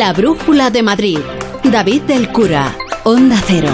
La Brújula de Madrid. David del Cura, Onda Cero.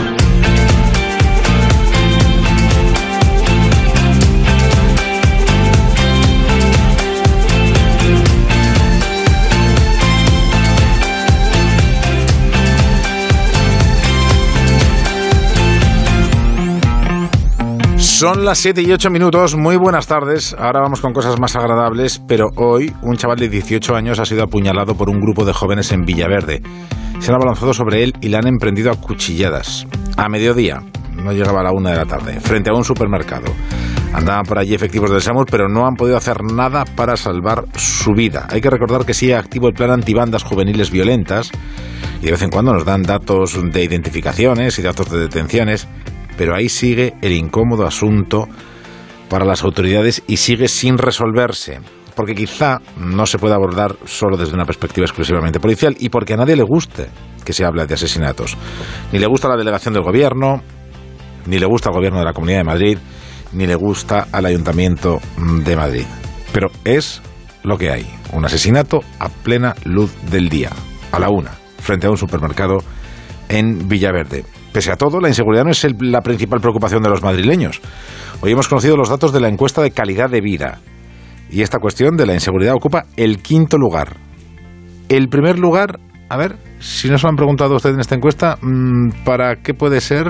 Son las 7 y 8 minutos, muy buenas tardes. Ahora vamos con cosas más agradables, pero hoy un chaval de 18 años ha sido apuñalado por un grupo de jóvenes en Villaverde. Se han abalanzado sobre él y le han emprendido a cuchilladas. A mediodía, no llegaba a la 1 de la tarde, frente a un supermercado. Andaban por allí efectivos del SAMUR, pero no han podido hacer nada para salvar su vida. Hay que recordar que sigue activo el plan antibandas juveniles violentas y de vez en cuando nos dan datos de identificaciones y datos de detenciones. Pero ahí sigue el incómodo asunto para las autoridades y sigue sin resolverse, porque quizá no se pueda abordar solo desde una perspectiva exclusivamente policial y porque a nadie le guste que se hable de asesinatos. Ni le gusta a la delegación del gobierno, ni le gusta al gobierno de la Comunidad de Madrid, ni le gusta al Ayuntamiento de Madrid. Pero es lo que hay, un asesinato a plena luz del día, a la 1, frente a un supermercado en Villaverde. Pese a todo, la inseguridad no es la principal preocupación de los madrileños. Hoy hemos conocido los datos de la encuesta de calidad de vida. Y esta cuestión de la inseguridad ocupa el 5º lugar. El primer lugar, a ver, si no se lo han preguntado a usted en esta encuesta, ¿para qué puede ser?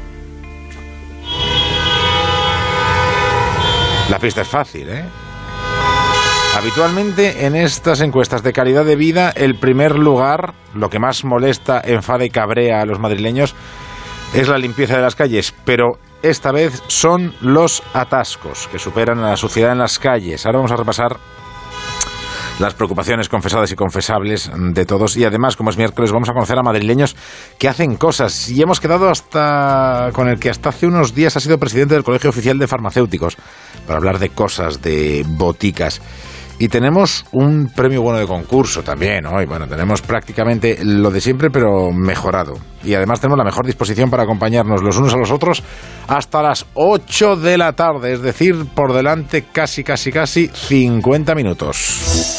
La pista es fácil, ¿eh? Habitualmente en estas encuestas de calidad de vida, el primer lugar, lo que más molesta, enfada y cabrea a los madrileños, es la limpieza de las calles, pero esta vez son los atascos que superan a la suciedad en las calles. Ahora vamos a repasar las preocupaciones confesadas y confesables de todos y además, como es miércoles, vamos a conocer a madrileños que hacen cosas y hemos quedado con el que hasta hace unos días ha sido presidente del Colegio Oficial de Farmacéuticos para hablar de cosas, de boticas. Y tenemos un premio bueno de concurso también hoy. Bueno, tenemos prácticamente lo de siempre, pero mejorado. Y además tenemos la mejor disposición para acompañarnos los unos a los otros hasta las 8 de la tarde. Es decir, por delante casi 50 minutos.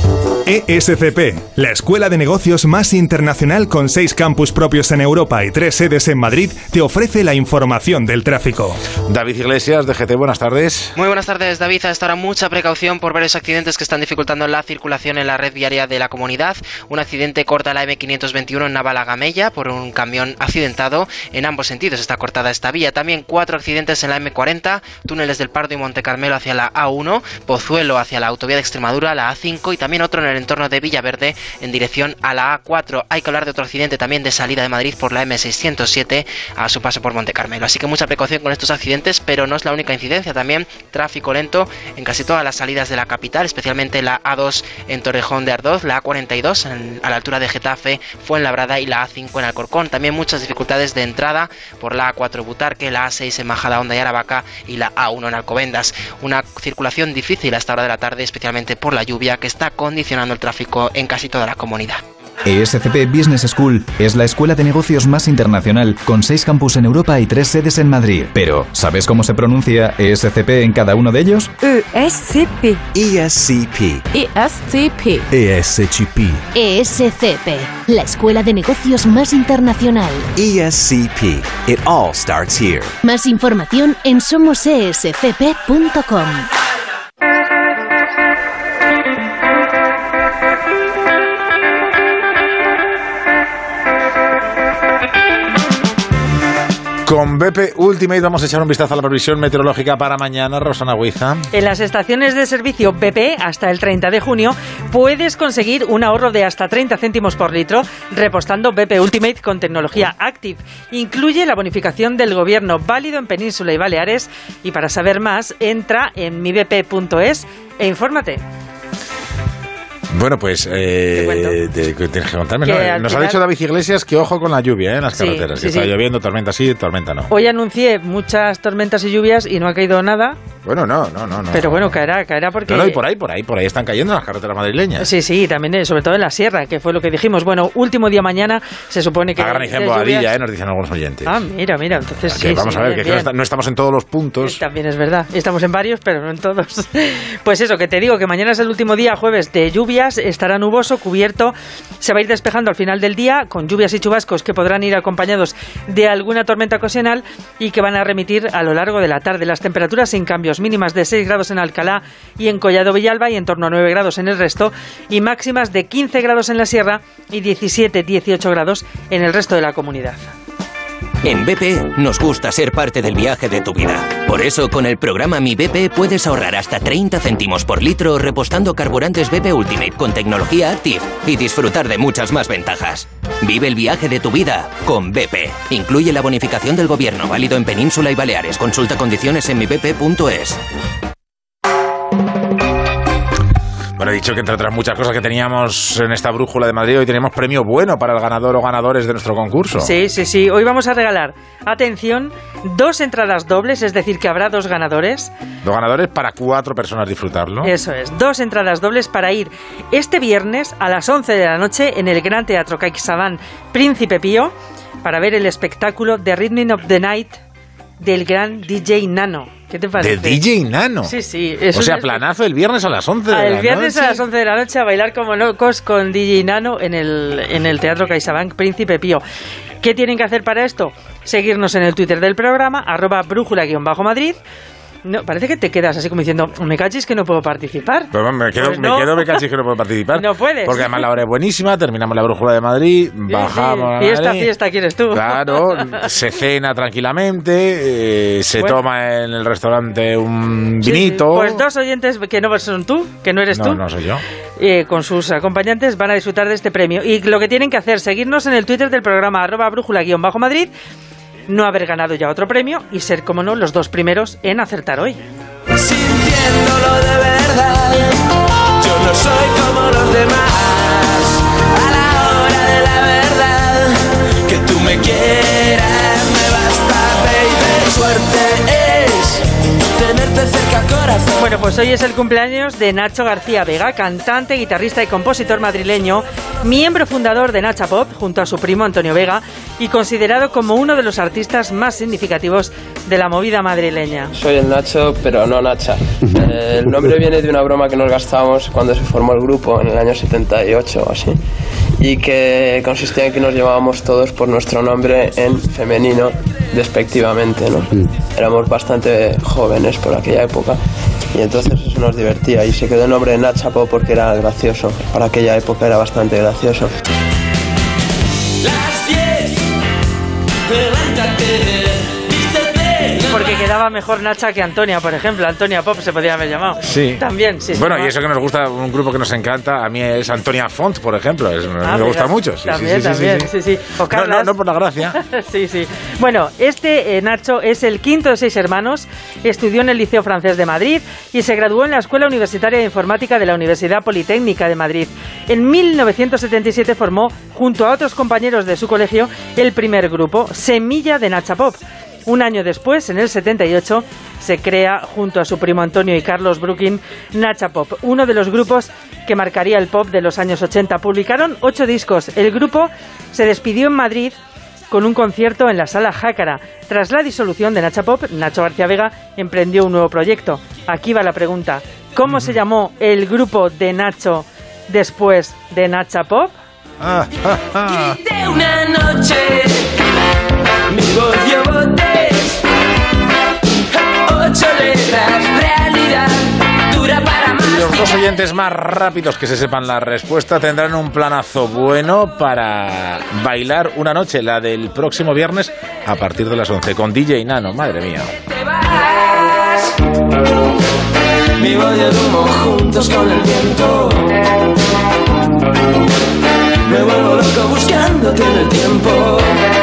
ESCP, la escuela de negocios más internacional con 6 campus propios en Europa y 3 sedes en Madrid, te ofrece la información del tráfico. David Iglesias, de GT, buenas tardes. Muy buenas tardes, David. A esta hora mucha precaución por varios accidentes que están dificultando la circulación en la red viaria de la comunidad. Un accidente corta la M521 en Navalagamella por un camión accidentado. En ambos sentidos está cortada esta vía. También 4 accidentes en la M40, túneles del Pardo y Montecarmelo hacia la A1, Pozuelo hacia la autovía de Extremadura, la A5 y también otro en el entorno de Villaverde en dirección a la A4. Hay que hablar de otro accidente también de salida de Madrid por la M607 a su paso por Montecarmelo. Así que mucha precaución con estos accidentes, pero no es la única incidencia. También tráfico lento en casi todas las salidas de la capital, especialmente la A2 en Torrejón de Ardoz, la A42 a la altura de Getafe, Fuenlabrada y la A5 en Alcorcón. También muchas dificultades de entrada por la A4 Butarque, la A6 en Majadahonda y Aravaca y la A1 en Alcobendas. Una circulación difícil a esta hora de la tarde, especialmente por la lluvia que está condicionando el tráfico en casi toda la comunidad. ESCP Business School es la escuela de negocios más internacional con 6 campus en Europa y 3 sedes en Madrid. Pero, ¿sabes cómo se pronuncia ESCP en cada uno de ellos? ESCP. ESCP. ESCP. ESCP. ESCP, la escuela de negocios más internacional. ESCP. It all starts here. Más información en somosescp.com. Con BP Ultimate vamos a echar un vistazo a la previsión meteorológica para mañana. Rosana Huiza. En las estaciones de servicio BP, hasta el 30 de junio, puedes conseguir un ahorro de hasta 30 céntimos por litro repostando BP Ultimate con tecnología Active. Incluye la bonificación del gobierno, válido en Península y Baleares. Y para saber más, entra en mibp.es e infórmate. Bueno, pues tienes que contarme, ¿no? Nos ha dicho David Iglesias que ojo con la lluvia en las carreteras, que está lloviendo, tormenta sí, tormenta no. Hoy anuncié muchas tormentas y lluvias y no ha caído nada. Bueno, no. Pero bueno, caerá porque... No, y por ahí están cayendo las carreteras madrileñas. Sí, también, sobre todo en la sierra, que fue lo que dijimos. Bueno, último día mañana, se supone que... A granizo en Boadilla, nos dicen algunos oyentes. Ah, mira, entonces sí. Vamos a ver, bien. Que no estamos en todos los puntos. También es verdad, estamos en varios, pero no en todos. Pues eso, que te digo, que mañana es el último día, jueves, de lluvias, estará nuboso, cubierto, se va a ir despejando al final del día, con lluvias y chubascos que podrán ir acompañados de alguna tormenta ocasional y que van a remitir a lo largo de la tarde. Las temperaturas sin cambios, mínimas de 6 grados en Alcalá y en Collado Villalba y en torno a 9 grados en el resto, y máximas de 15 grados en la sierra y 17-18 grados en el resto de la comunidad. En BP nos gusta ser parte del viaje de tu vida. Por eso, con el programa Mi BP puedes ahorrar hasta 30 céntimos por litro repostando carburantes BP Ultimate con tecnología Active y disfrutar de muchas más ventajas. Vive el viaje de tu vida con BP. Incluye la bonificación del gobierno, válido en Península y Baleares. Consulta condiciones en mibp.es. Bueno, he dicho que entre otras muchas cosas que teníamos en esta brújula de Madrid, hoy tenemos premio bueno para el ganador o ganadores de nuestro concurso. Sí. Hoy vamos a regalar, atención, 2 entradas dobles, es decir, que habrá 2 ganadores. 2 ganadores para 4 personas disfrutarlo. Eso es, 2 entradas dobles para ir este viernes a las 11 de la noche en el Gran Teatro CaixaBank Príncipe Pío para ver el espectáculo The Rhythm of the Night del gran DJ Nano. ¿Qué te parece? ¿De DJ Nano? Sí. O sea, planazo el viernes a las 11 de la noche. El viernes a las 11 de la noche a bailar como locos con DJ Nano en el Teatro CaixaBank Príncipe Pío. ¿Qué tienen que hacer para esto? Seguirnos en el Twitter del programa, @brújula_Madrid. No, parece que te quedas así como diciendo, me cachis que no puedo participar. Pues me cachis que no puedo participar. No puedes. Porque además la hora es buenísima, terminamos la brújula de Madrid, bajamos a Fiesta quieres tú. Claro, se cena tranquilamente, se toma en el restaurante un vinito. Pues 2 oyentes que no son tú, que no eres tú. No soy yo. Con sus acompañantes van a disfrutar de este premio. Y lo que tienen que hacer, seguirnos en el Twitter del programa, @brújula_Madrid, no haber ganado ya otro premio y ser, como no, los 2 primeros en acertar hoy. Sintiéndolo de verdad, yo no soy como los demás. A la hora de la verdad, que tú me quieras me basta, baby. Suerte es tenerte cerca, corazón. Bueno, pues hoy es el cumpleaños de Nacho García Vega, cantante, guitarrista y compositor madrileño, miembro fundador de Nacha Pop junto a su primo Antonio Vega y considerado como uno de los artistas más significativos de la movida madrileña. Soy el Nacho, pero no Nacha. El nombre viene de una broma que nos gastábamos cuando se formó el grupo en el año 78 o así, y que consistía en que nos llamábamos todos por nuestro nombre en femenino despectivamente, ¿no? Éramos bastante jóvenes por aquella época y entonces eso nos divertía y se quedó el nombre de Nacha Pop porque era gracioso. Para aquella época era bastante gracioso. Las 10, levántate. Porque quedaba mejor Nacha que Antonia, por ejemplo. Antonia Pop se podía haber llamado. Sí. También, sí. Bueno, y eso que nos gusta, un grupo que nos encanta, a mí es Antonia Font, por ejemplo. Me gusta mucho. Sí, sí. O Carlas. No por la gracia. Sí. Bueno, Nacho es el quinto de 6 hermanos, estudió en el Liceo Francés de Madrid y se graduó en la Escuela Universitaria de Informática de la Universidad Politécnica de Madrid. En 1977 formó, junto a otros compañeros de su colegio, el primer grupo, Semilla de Nacha Pop. Un año después, en el 78, se crea, junto a su primo Antonio y Carlos Brooking, Nacha Pop, uno de los grupos que marcaría el pop de los años 80. Publicaron 8 discos. El grupo se despidió en Madrid con un concierto en la Sala Jácara. Tras la disolución de Nacha Pop, Nacho García Vega emprendió un nuevo proyecto. Aquí va la pregunta. ¿Cómo se llamó el grupo de Nacho después de Nacha Pop? Grité una noche, mi voz dio botes, 8 letras, realidad, dura para más. Los 2 oyentes más rápidos que se sepan la respuesta tendrán un planazo bueno para bailar una noche, la del próximo viernes a partir de las 11 con DJ Nano. Madre mía. Te vas, mi voz y el humo juntos con el viento. Me vuelvo loco buscándote en el tiempo.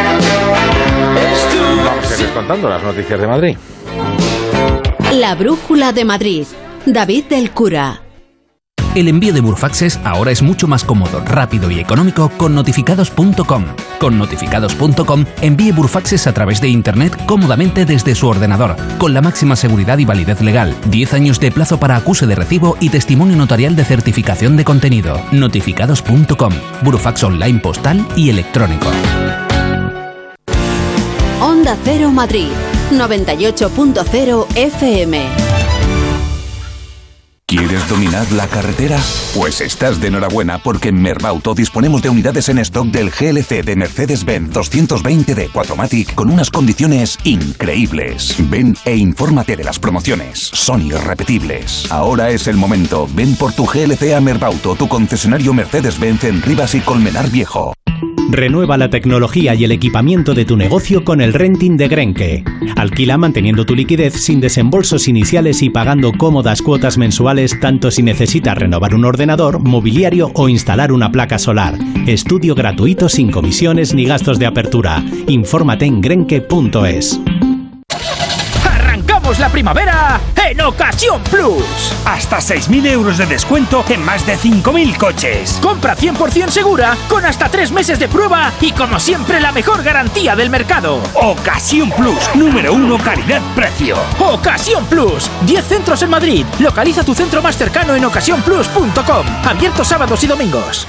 Vamos a seguir contando las noticias de Madrid. La brújula de Madrid. David del Cura. El envío de Burfaxes ahora es mucho más cómodo, rápido y económico con notificados.com. Con notificados.com envíe burofaxes a través de Internet cómodamente desde su ordenador, con la máxima seguridad y validez legal, 10 años de plazo para acuse de recibo y testimonio notarial de certificación de contenido. Notificados.com, burofax online postal y electrónico. Onda Cero Madrid, 98.0 FM. ¿Quieres dominar la carretera? Pues estás de enhorabuena porque en Merbauto disponemos de unidades en stock del GLC de Mercedes-Benz 220d 4MATIC con unas condiciones increíbles. Ven e infórmate de las promociones. Son irrepetibles. Ahora es el momento. Ven por tu GLC a Merbauto, tu concesionario Mercedes-Benz en Rivas y Colmenar Viejo. Renueva la tecnología y el equipamiento de tu negocio con el renting de Grenke. Alquila manteniendo tu liquidez sin desembolsos iniciales y pagando cómodas cuotas mensuales tanto si necesitas renovar un ordenador, mobiliario o instalar una placa solar. Estudio gratuito sin comisiones ni gastos de apertura. Infórmate en grenke.es. ¡Arrancamos la primavera en Ocasión Plus! Hasta 6.000 euros de descuento en más de 5.000 coches. Compra 100% segura con hasta 3 meses de prueba y, como siempre, la mejor garantía del mercado. Ocasión Plus, número 1 calidad-precio. Ocasión Plus, 10 centros en Madrid. Localiza tu centro más cercano en ocasiónplus.com. Abierto sábados y domingos.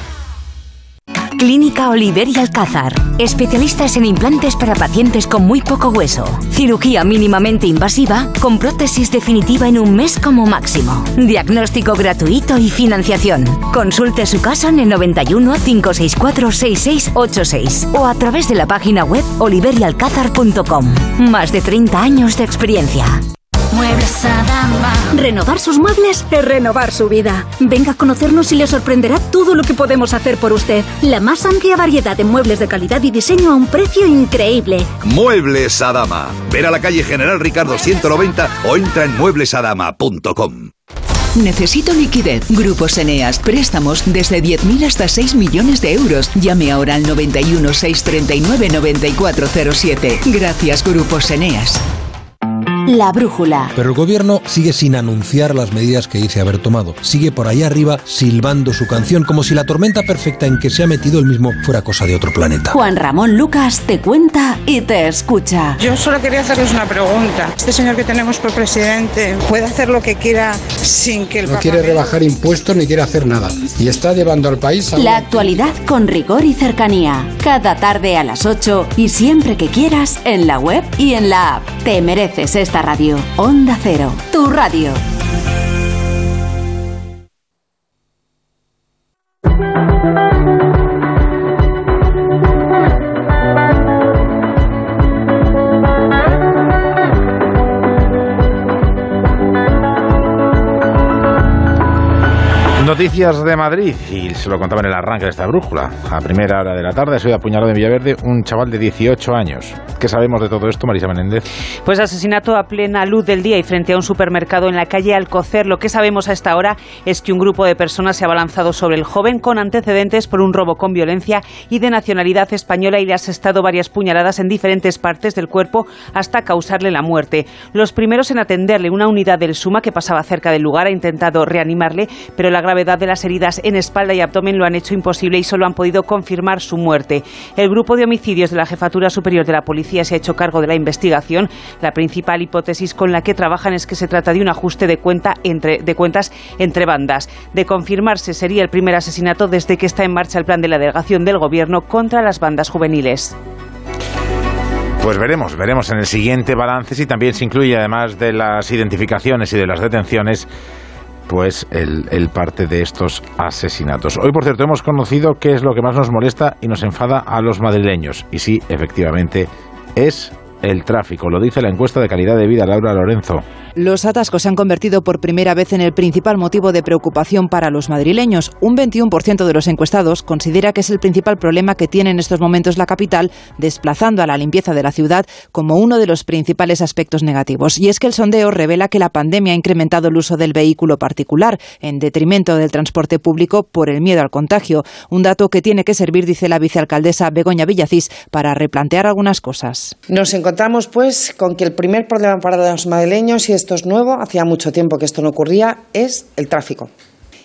Clínica Oliver y Alcázar. Especialistas en implantes para pacientes con muy poco hueso. Cirugía mínimamente invasiva con prótesis definitiva en un mes como máximo. Diagnóstico gratuito y financiación. Consulte su caso en el 91 564 6686 o a través de la página web oliverialcázar.com. Más de 30 años de experiencia. Muebles Adama. Renovar sus muebles es renovar su vida. Venga a conocernos y le sorprenderá todo lo que podemos hacer por usted. La más amplia variedad de muebles de calidad y diseño a un precio increíble. Muebles Adama. Ven a la calle General Ricardo 190 o entra en mueblesadama.com. Necesito liquidez. Grupos Eneas. Préstamos desde 10.000 hasta 6 millones de euros. Llame ahora al 91 639 9407. Gracias, Grupos Eneas. La brújula. Pero el gobierno sigue sin anunciar las medidas que dice haber tomado. Sigue por ahí arriba silbando su canción como si la tormenta perfecta en que se ha metido él mismo fuera cosa de otro planeta. Juan Ramón Lucas te cuenta y te escucha. Yo solo quería hacerles una pregunta. Este señor que tenemos por presidente puede hacer lo que quiera sin que el No quiere rebajar impuestos ni quiere hacer nada. Y está llevando al país a... La actualidad con rigor y cercanía. Cada tarde a las 8 y siempre que quieras en la web y en la app. Te mereces esta radio. Onda Cero, tu radio. Noticias de Madrid, y se lo contaba en el arranque de esta brújula. A primera hora de la tarde ha sido apuñalado en Villaverde un chaval de 18 años. ¿Qué sabemos de todo esto, Marisa Menéndez? Pues asesinato a plena luz del día y frente a un supermercado en la calle Alcocer. Lo que sabemos a esta hora es que un grupo de personas se ha abalanzado sobre el joven con antecedentes por un robo con violencia y de nacionalidad española y le ha asestado varias puñaladas en diferentes partes del cuerpo hasta causarle la muerte. Los primeros en atenderle, una unidad del SUMA que pasaba cerca del lugar, ha intentado reanimarle, pero la gravedad de las heridas en espalda y abdomen lo han hecho imposible y solo han podido confirmar su muerte. El grupo de homicidios de la Jefatura Superior de la Policía se ha hecho cargo de la investigación. La principal hipótesis con la que trabajan es que se trata de un ajuste de cuentas entre bandas. De confirmarse, sería el primer asesinato desde que está en marcha el plan de la delegación del Gobierno contra las bandas juveniles. Pues veremos en el siguiente balance si también se incluye, además de las identificaciones y de las detenciones, pues el parte de estos asesinatos. Hoy, por cierto, hemos conocido qué es lo que más nos molesta y nos enfada a los madrileños. Y sí, efectivamente, es el tráfico. Lo dice la encuesta de calidad de vida, Laura Lorenzo. Los atascos se han convertido por primera vez en el principal motivo de preocupación para los madrileños. Un 21% de los encuestados considera que es el principal problema que tiene en estos momentos la capital, desplazando a la limpieza de la ciudad como uno de los principales aspectos negativos. Y es que el sondeo revela que la pandemia ha incrementado el uso del vehículo particular, en detrimento del transporte público por el miedo al contagio. Un dato que tiene que servir, dice la vicealcaldesa Begoña Villacís, para replantear algunas cosas. Nos encontramos, pues, con que el primer problema para los madrileños, y esto es nuevo, hacía mucho tiempo que esto no ocurría, es el tráfico.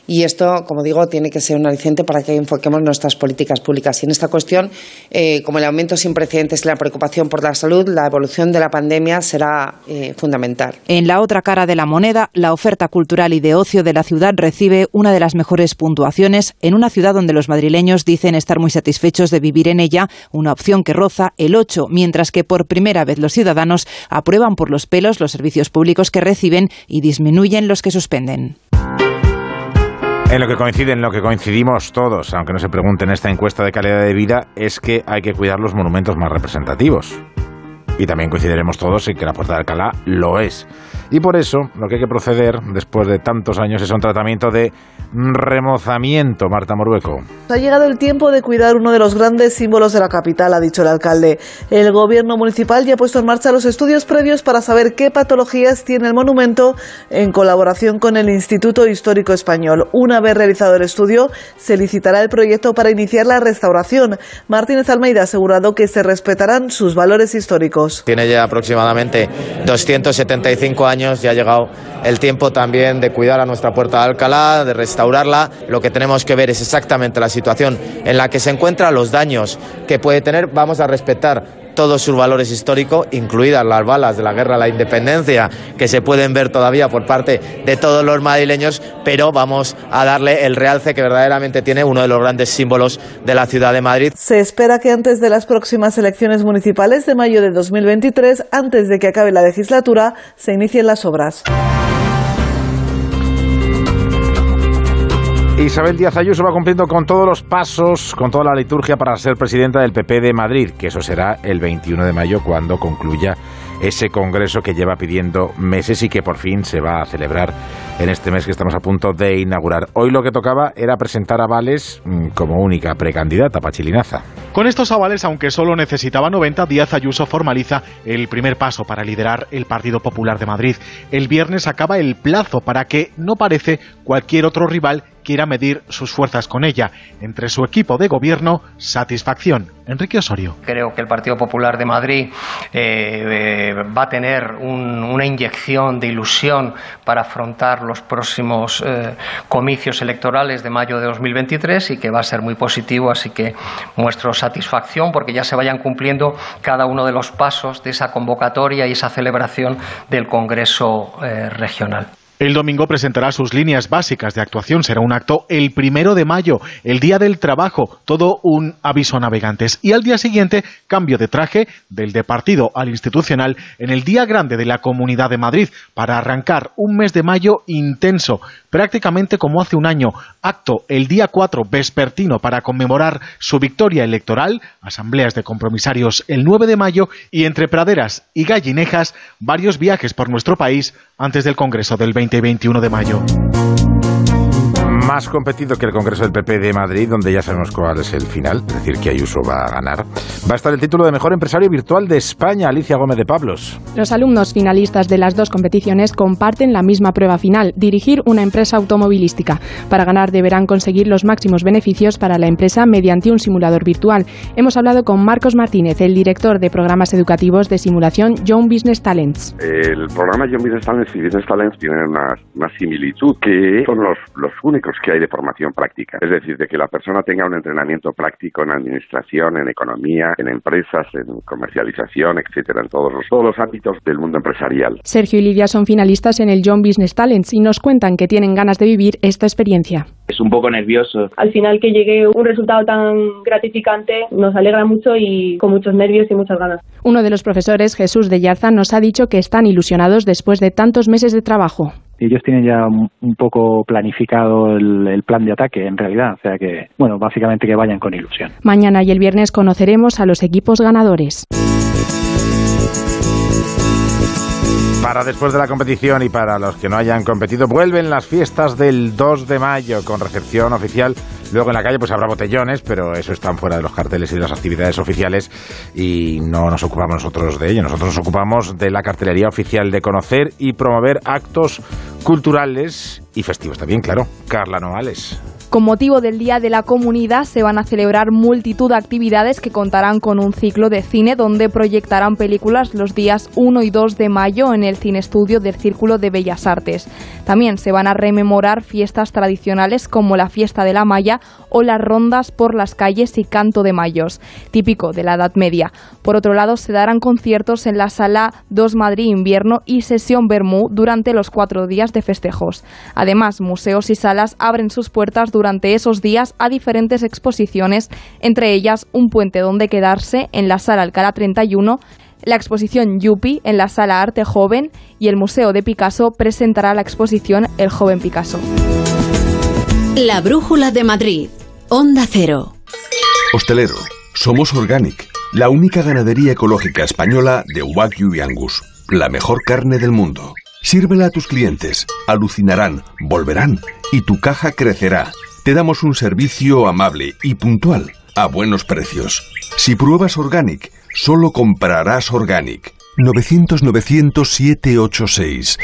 y esto, como digo, tiene que ser un aliciente para que enfoquemos nuestras políticas públicas. Y en esta cuestión, como el aumento sin precedentes y la preocupación por la salud, la evolución de la pandemia será fundamental. En la otra cara de la moneda, la oferta cultural y de ocio de la ciudad recibe una de las mejores puntuaciones en una ciudad donde los madrileños dicen estar muy satisfechos de vivir en ella, una opción que roza el 8, mientras que por primera vez los ciudadanos aprueban por los pelos los servicios públicos que reciben y disminuyen los que suspenden. En lo que coincidimos todos, aunque no se pregunten en esta encuesta de calidad de vida, es que hay que cuidar los monumentos más representativos. Y también coincidiremos todos en que la Puerta de Alcalá lo es. Y por eso, lo que hay que proceder, después de tantos años, es un tratamiento de remozamiento. Marta Morueco. Ha llegado el tiempo de cuidar uno de los grandes símbolos de la capital, ha dicho el alcalde. El gobierno municipal ya ha puesto en marcha los estudios previos para saber qué patologías tiene el monumento en colaboración con el Instituto Histórico Español. Una vez realizado el estudio, se licitará el proyecto para iniciar la restauración. Martínez Almeida ha asegurado que se respetarán sus valores históricos. Tiene ya aproximadamente 275 años, ya ha llegado el tiempo también de cuidar a nuestra Puerta de Alcalá, de restaurarla. Lo que tenemos que ver es exactamente la situación en la que se encuentra, los daños que puede tener. Vamos a respetar todos sus valores históricos, incluidas las balas de la Guerra de la Independencia, que se pueden ver todavía por parte de todos los madrileños, pero vamos a darle el realce que verdaderamente tiene uno de los grandes símbolos de la ciudad de Madrid. Se espera que antes de las próximas elecciones municipales de mayo de 2023, antes de que acabe la legislatura, se inicien las obras. Isabel Díaz Ayuso va cumpliendo con todos los pasos, con toda la liturgia para ser presidenta del PP de Madrid, que eso será el 21 de mayo cuando concluya ese congreso que lleva pidiendo meses y que por fin se va a celebrar en este mes que estamos a punto de inaugurar. Hoy lo que tocaba era presentar avales como única precandidata, Pachi Linaza. Con estos avales, aunque solo necesitaba 90, Díaz Ayuso formaliza el primer paso para liderar el Partido Popular de Madrid. El viernes acaba el plazo para que, no parece, cualquier otro rival quiera medir sus fuerzas con ella. Entre su equipo de gobierno, satisfacción. Enrique Osorio. Creo que el Partido Popular de Madrid va a tener una inyección de ilusión para afrontar los próximos comicios electorales de mayo de 2023 y que va a ser muy positivo, así que muestro satisfacción porque ya se vayan cumpliendo cada uno de los pasos de esa convocatoria y esa celebración del Congreso regional. El domingo presentará sus líneas básicas de actuación. Será un acto el 1 de mayo, el Día del Trabajo, todo un aviso a navegantes. Y al día siguiente, cambio de traje del de partido al institucional en el Día Grande de la Comunidad de Madrid para arrancar un mes de mayo intenso, prácticamente como hace un año. Acto el día 4 vespertino para conmemorar su victoria electoral, asambleas de compromisarios el 9 de mayo y entre praderas y gallinejas, varios viajes por nuestro país antes del Congreso del 20 y 21 de mayo. Más competido que el Congreso del PP de Madrid, donde ya sabemos cuál es el final, es decir, que Ayuso va a ganar. Va a estar el título de Mejor Empresario Virtual de España, Alicia Gómez de Pablos. Los alumnos finalistas de las dos competiciones comparten la misma prueba final, dirigir una empresa automovilística. Para ganar deberán conseguir los máximos beneficios para la empresa mediante un simulador virtual. Hemos hablado con Marcos Martínez, el director de programas educativos de simulación Young Business Talents. El programa Young Business Talents y Business Talents tienen una similitud, que son los únicos que hay de formación práctica. Es decir, de que la persona tenga un entrenamiento práctico en administración, en economía, en empresas, en comercialización, etcétera, en todos los ámbitos del mundo empresarial. Sergio y Lidia son finalistas en el Young Business Talents y nos cuentan que tienen ganas de vivir esta experiencia. Es un poco nervioso. Al final, que llegue un resultado tan gratificante nos alegra mucho y con muchos nervios y muchas ganas. Uno de los profesores, Jesús de Yarza, nos ha dicho que están ilusionados después de tantos meses de trabajo. Ellos tienen ya un poco planificado el plan de ataque, en realidad. O sea que, bueno, básicamente que vayan con ilusión. Mañana y el viernes conoceremos a los equipos ganadores. Para después de la competición y para los que no hayan competido, vuelven las fiestas del 2 de mayo con recepción oficial. Luego en la calle pues habrá botellones, pero eso están fuera de los carteles y de las actividades oficiales y no nos ocupamos nosotros de ello. Nosotros nos ocupamos de la cartelería oficial, de conocer y promover actos culturales y festivos también, claro. Carla Noales. Con motivo del Día de la Comunidad se van a celebrar multitud de actividades que contarán con un ciclo de cine donde proyectarán películas los días 1 y 2 de mayo en el Cine Estudio del Círculo de Bellas Artes. También se van a rememorar fiestas tradicionales como la Fiesta de la Maya o las rondas por las calles y canto de mayos, típico de la Edad Media. Por otro lado, se darán conciertos en la Sala 2 Madrid Invierno y Sesión Bermú durante los 4 días de festejos. Además, museos y salas abren sus puertas durante esos días a diferentes exposiciones, entre ellas Un puente donde quedarse en la Sala Alcalá 31, la exposición Yupi en la Sala Arte Joven y el Museo de Picasso presentará la exposición El Joven Picasso. La Brújula de Madrid, Onda Cero. Hostelero, somos Organic, la única ganadería ecológica española de Wagyu y Angus, la mejor carne del mundo. Sírvela a tus clientes, alucinarán, volverán y tu caja crecerá. Te damos un servicio amable y puntual, a buenos precios. Si pruebas Organic, solo comprarás Organic. 900-900-786,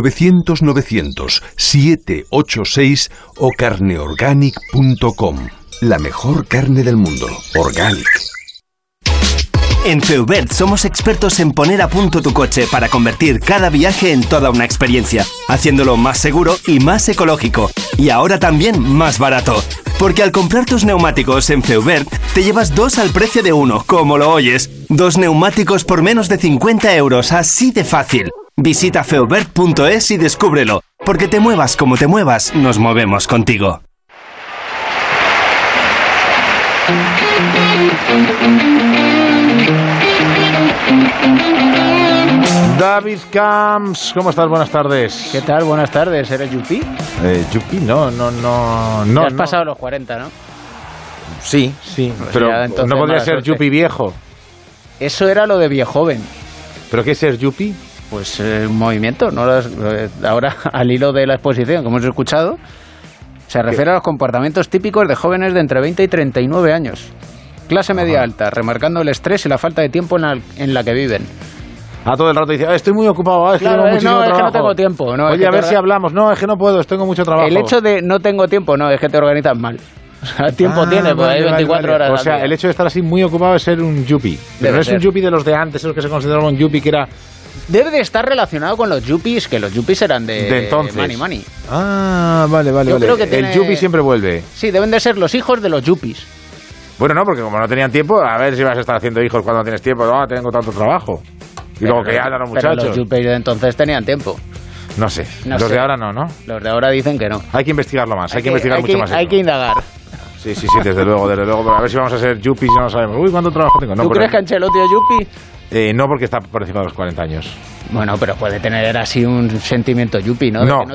900-900-786 o carneorganic.com. La mejor carne del mundo, Organic. En Feubert somos expertos en poner a punto tu coche para convertir cada viaje en toda una experiencia, haciéndolo más seguro y más ecológico. Y ahora también más barato. Porque al comprar tus neumáticos en Feubert, te llevas 2 al precio de 1, como lo oyes. 2 neumáticos por menos de 50 euros, así de fácil. Visita feubert.es y descúbrelo. Porque te muevas como te muevas, nos movemos contigo. David Camps, ¿cómo estás? Buenas tardes. ¿Qué tal? Buenas tardes. ¿Eres Yupi? Yupi, no. Ya has pasado los 40, ¿no? Sí, pero no podría ser Yupi viejo. Eso era lo de viejoven. ¿Pero qué es ser Yupi? Pues un movimiento, ¿no? Ahora, al hilo de la exposición que hemos escuchado, se refiere a los comportamientos típicos de jóvenes de entre 20 y 39 años. Clase media alta, remarcando el estrés y la falta de tiempo en la que viven. Todo el rato dice, estoy muy ocupado, es que tengo muchísimo trabajo. Es que no tengo tiempo. Oye, a ver si hablamos. No, es que no puedo, tengo mucho trabajo. El hecho de no tengo tiempo, no, es que te organizas mal. O sea, tiempo tiene, pues hay 24 horas. O sea, el hecho de estar así muy ocupado es ser un yuppie. Pero no es un yuppie de los de antes, esos que se consideraban un yuppie que era... Debe de estar relacionado con los yuppies, que los yuppies eran de entonces. Money. Vale. Creo que el yuppie siempre vuelve. Sí, deben de ser los hijos de los yuppies. Bueno, no, porque como no tenían tiempo, a ver si vas a estar haciendo hijos cuando no tienes tiempo. No, tengo tanto trabajo. Y luego que ya andan los muchachos. Pero los yuppies de entonces tenían tiempo. No sé. Los de ahora no. Los de ahora dicen que no. Hay que investigarlo más, hay que investigar mucho más. Hay que indagar. Sí, desde luego. Pero a ver si vamos a ser yuppies y no sabemos. Uy, ¿cuánto trabajo tengo? ¿Tú crees que Ancelotti es yuppie? No, porque está por encima de los 40 años. Bueno, pero puede tener así un sentimiento yuppie, ¿no? No.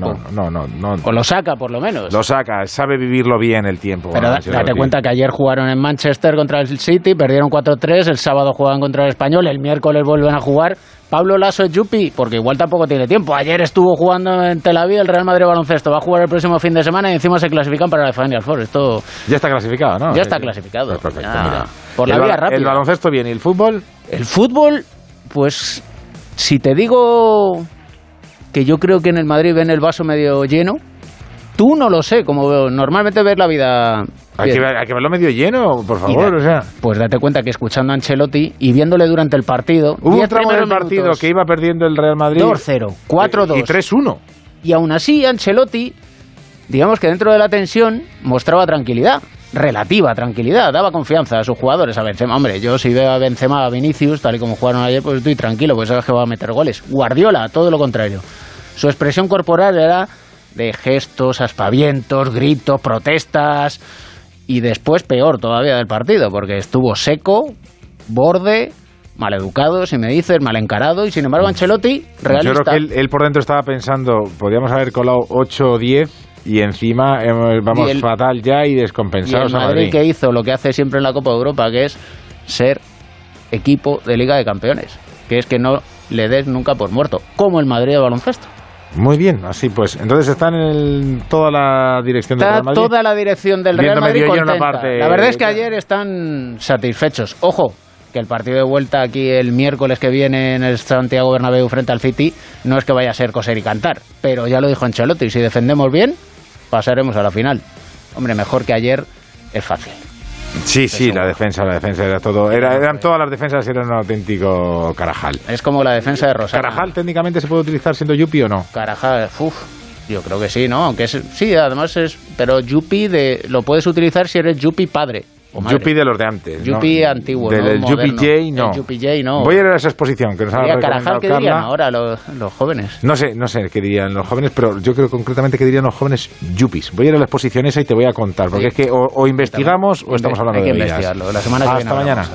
O lo saca, por lo menos. Lo saca, sabe vivirlo bien el tiempo. Pero date cuenta que ayer jugaron en Manchester contra el City, perdieron 4-3, el sábado juegan contra el Español, el miércoles vuelven a jugar. Pablo Lasso es yuppie, porque igual tampoco tiene tiempo. Ayer estuvo jugando en Tel Aviv el Real Madrid baloncesto, va a jugar el próximo fin de semana y encima se clasifican para la Final Four. Esto... Ya está clasificado, ¿no? Ya está clasificado. Perfecto, mira. Por la vía rápida. ¿El baloncesto bien y el fútbol? El fútbol, pues, si te digo que yo creo que en el Madrid ven el vaso medio lleno, tú no lo sé, como normalmente ves la vida... Hay que verlo medio lleno, por favor, o sea... Pues date cuenta que escuchando a Ancelotti y viéndole durante el partido... Hubo un tramo del partido que iba perdiendo el Real Madrid... 2-0, 4-2... Y 3-1. Y aún así Ancelotti, digamos que dentro de la tensión, mostraba tranquilidad. Relativa tranquilidad, daba confianza a sus jugadores, a Benzema. Hombre, yo si veo a Benzema, a Vinicius, tal y como jugaron ayer, pues estoy tranquilo, pues sabes que va a meter goles. Guardiola, todo lo contrario. Su expresión corporal era de gestos, aspavientos, gritos, protestas... Y después peor todavía del partido, porque estuvo seco, borde, maleducado, si me dices, mal encarado, y sin embargo Ancelotti, realista. Yo creo que él por dentro estaba pensando, podríamos haber colado 8 o 10 y encima vamos fatal ya y descompensados. Y el Madrid que hizo lo que hace siempre en la Copa de Europa, que es ser equipo de Liga de Campeones, que es que no le des nunca por muerto, como el Madrid de baloncesto. Muy bien, así pues. Entonces están en toda la dirección del Real Madrid. Está toda la dirección del Real Madrid contenta. La verdad es que ayer están satisfechos. Ojo, que el partido de vuelta aquí el miércoles que viene en el Santiago Bernabéu frente al City no es que vaya a ser coser y cantar, pero ya lo dijo Ancelotti, si defendemos bien, pasaremos a la final. hombre, mejor que ayer es fácil. Sí, la defensa era todo. Eran todas las defensas, eran un auténtico Carajal. Es como la defensa de Rosario. ¿Carajal técnicamente se puede utilizar siendo Yupi o no? Carajal, yo creo que sí, ¿no? Aunque sí, además pero Yupi lo puedes utilizar si eres Yupi padre. Yupi de los de antes, Yupi antiguo, del Yupi J, no. El Yupi J, no. Voy a ir a esa exposición que nos ha recomendado Carajal, ¿qué dirían ahora los jóvenes? No sé qué dirían los jóvenes, pero yo creo concretamente que dirían los jóvenes Yupis. Voy a ir a la exposición esa y te voy a contar, porque es que o investigamos o estamos hablando de ellas. Hay que investigarlo. La semana que viene. Hasta mañana.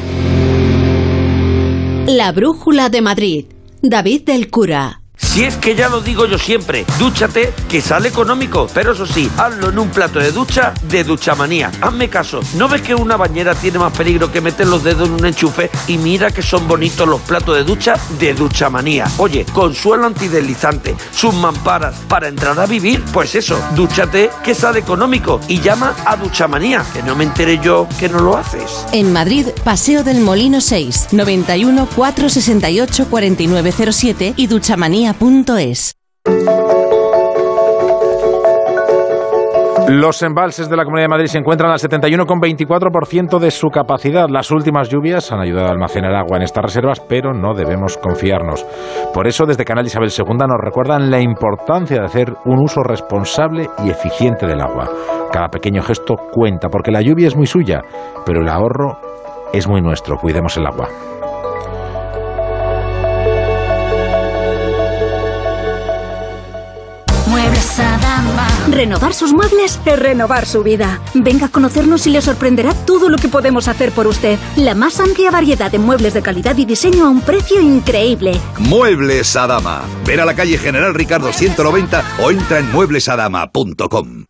Adiós. La Brújula de Madrid. David del Cura. Si es que ya lo digo yo siempre, dúchate, que sale económico, pero eso sí, hazlo en un plato de ducha de Duchamanía. Hazme caso, ¿no ves que una bañera tiene más peligro que meter los dedos en un enchufe? Y mira que son bonitos los platos de ducha de Duchamanía. Oye, con suelo antideslizante, sus mamparas, para entrar a vivir, pues eso, dúchate, que sale económico, y llama a Duchamanía, que no me enteré yo que no lo haces. En Madrid, Paseo del Molino 6, 91 468 4907 y duchamanía.es. Los embalses de la Comunidad de Madrid se encuentran al 71,24% de su capacidad. Las últimas lluvias han ayudado a almacenar agua en estas reservas, pero no debemos confiarnos. Por eso, desde Canal Isabel II nos recuerdan la importancia de hacer un uso responsable y eficiente del agua. Cada pequeño gesto cuenta, porque la lluvia es muy suya, pero el ahorro es muy nuestro. Cuidemos el agua. Muebles Adama. Renovar sus muebles es renovar su vida. Venga a conocernos y le sorprenderá todo lo que podemos hacer por usted. La más amplia variedad de muebles de calidad y diseño a un precio increíble. Muebles Adama. Ven a la calle General Ricardo 190 o entra en mueblesadama.com.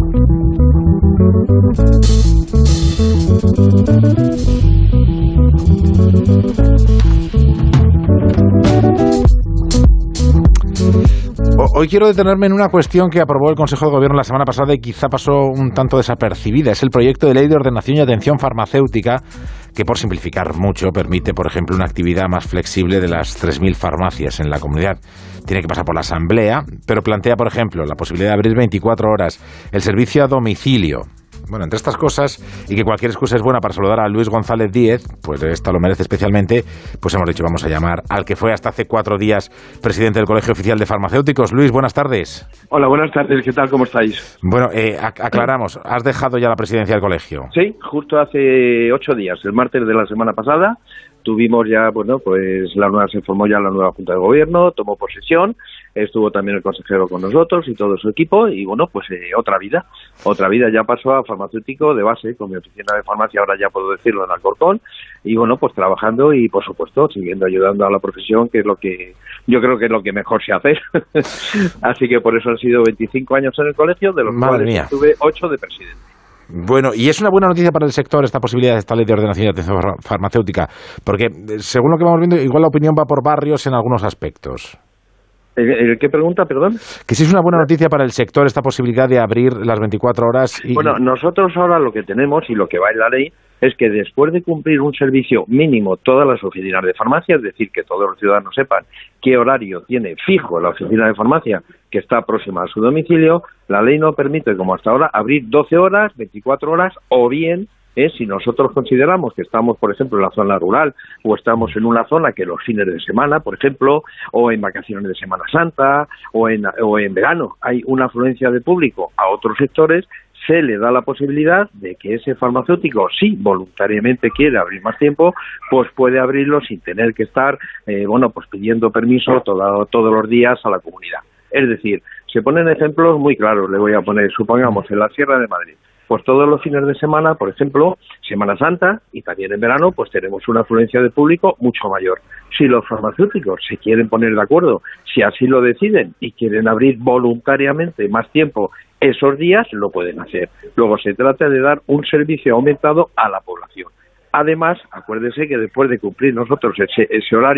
Hoy quiero detenerme en una cuestión que aprobó el Consejo de Gobierno la semana pasada y quizá pasó un tanto desapercibida. Es el proyecto de ley de ordenación y atención farmacéutica que, por simplificar mucho, permite, por ejemplo, una actividad más flexible de las 3.000 farmacias en la comunidad. Tiene que pasar por la Asamblea, pero plantea, por ejemplo, la posibilidad de abrir 24 horas el servicio a domicilio. Bueno, entre estas cosas, y que cualquier excusa es buena para saludar a Luis González Díez, pues esta lo merece especialmente, pues hemos dicho, vamos a llamar al que fue hasta hace 4 días presidente del Colegio Oficial de Farmacéuticos. Luis, buenas tardes. Hola, buenas tardes, ¿qué tal? ¿Cómo estáis? Bueno, aclaramos, ¿has dejado ya la presidencia del colegio? Sí, justo hace 8 días, el martes de la semana pasada, tuvimos ya, se formó ya la nueva Junta de Gobierno, tomó posesión, estuvo también el consejero con nosotros y todo su equipo, y otra vida ya pasó a farmacéutico de base, con mi oficina de farmacia, ahora ya puedo decirlo, en Alcorcón, y trabajando y, por supuesto, siguiendo ayudando a la profesión, que es lo que yo creo que es lo que mejor sé hacer. Así que por eso han sido 25 años en el colegio, de los cuales estuve 8 de presidente. Bueno, y es una buena noticia para el sector esta posibilidad de esta ley de ordenación y atención farmacéutica, porque según lo que vamos viendo, igual la opinión va por barrios en algunos aspectos. ¿Qué pregunta, perdón? Que si es una buena noticia para el sector esta posibilidad de abrir las 24 horas. Bueno, nosotros ahora lo que tenemos y lo que va en la ley es que después de cumplir un servicio mínimo todas las oficinas de farmacia, es decir, que todos los ciudadanos sepan qué horario tiene fijo la oficina de farmacia que está próxima a su domicilio, la ley no permite, como hasta ahora, abrir 12 horas, 24 horas o bien si nosotros consideramos que estamos, por ejemplo, en la zona rural o estamos en una zona que los fines de semana, por ejemplo, o en vacaciones de Semana Santa o en verano hay una afluencia de público a otros sectores, se le da la posibilidad de que ese farmacéutico, si voluntariamente quiere abrir más tiempo, pues puede abrirlo sin tener que estar pidiendo permiso todos los días a la comunidad. Es decir, se ponen ejemplos muy claros, le voy a poner, supongamos, en la Sierra de Madrid. Pues todos los fines de semana, por ejemplo, Semana Santa y también en verano, pues tenemos una afluencia de público mucho mayor. Si los farmacéuticos se quieren poner de acuerdo, si así lo deciden y quieren abrir voluntariamente más tiempo esos días, lo pueden hacer. Luego se trata de dar un servicio aumentado a la población. Además, acuérdese que después de cumplir nosotros ese horario,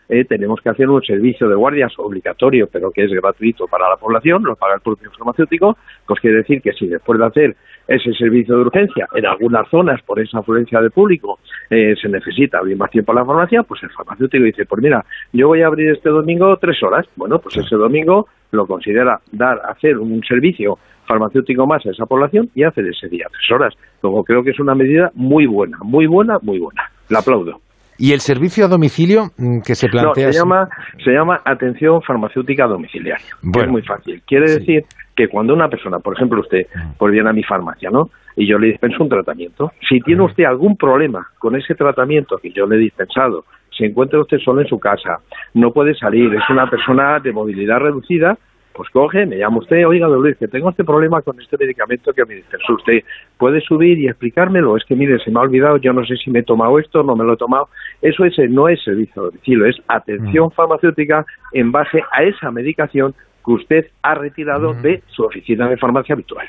tenemos que hacer un servicio de guardias obligatorio, pero que es gratuito para la población, lo paga el propio farmacéutico, pues quiere decir que si después de hacer ese servicio de urgencia en algunas zonas por esa afluencia de público se necesita abrir más tiempo a la farmacia, pues el farmacéutico dice, pues mira, yo voy a abrir este domingo 3 horas. Bueno, pues ese domingo lo considera hacer un servicio farmacéutico más a esa población y hacer ese día 3 horas. Luego creo que es una medida muy buena, muy buena, muy buena. La aplaudo. ¿Y el servicio a domicilio que se plantea? No, se llama atención farmacéutica domiciliaria. Bueno, es muy fácil. Quiere decir que cuando una persona, por ejemplo usted, pues viene a mi farmacia, ¿no? Y yo le dispenso un tratamiento. Si tiene usted algún problema con ese tratamiento que yo le he dispensado, se encuentra usted solo en su casa, no puede salir, es una persona de movilidad reducida, pues coge, me llama usted, oiga, don Luis, que tengo este problema con este medicamento que me dispensó usted. ¿Puede subir y explicármelo? Es que, mire, se me ha olvidado, yo no sé si me he tomado esto, no me lo he tomado. Eso no es servicio a domicilio, es atención farmacéutica en base a esa medicación que usted ha retirado de su oficina de farmacia habitual.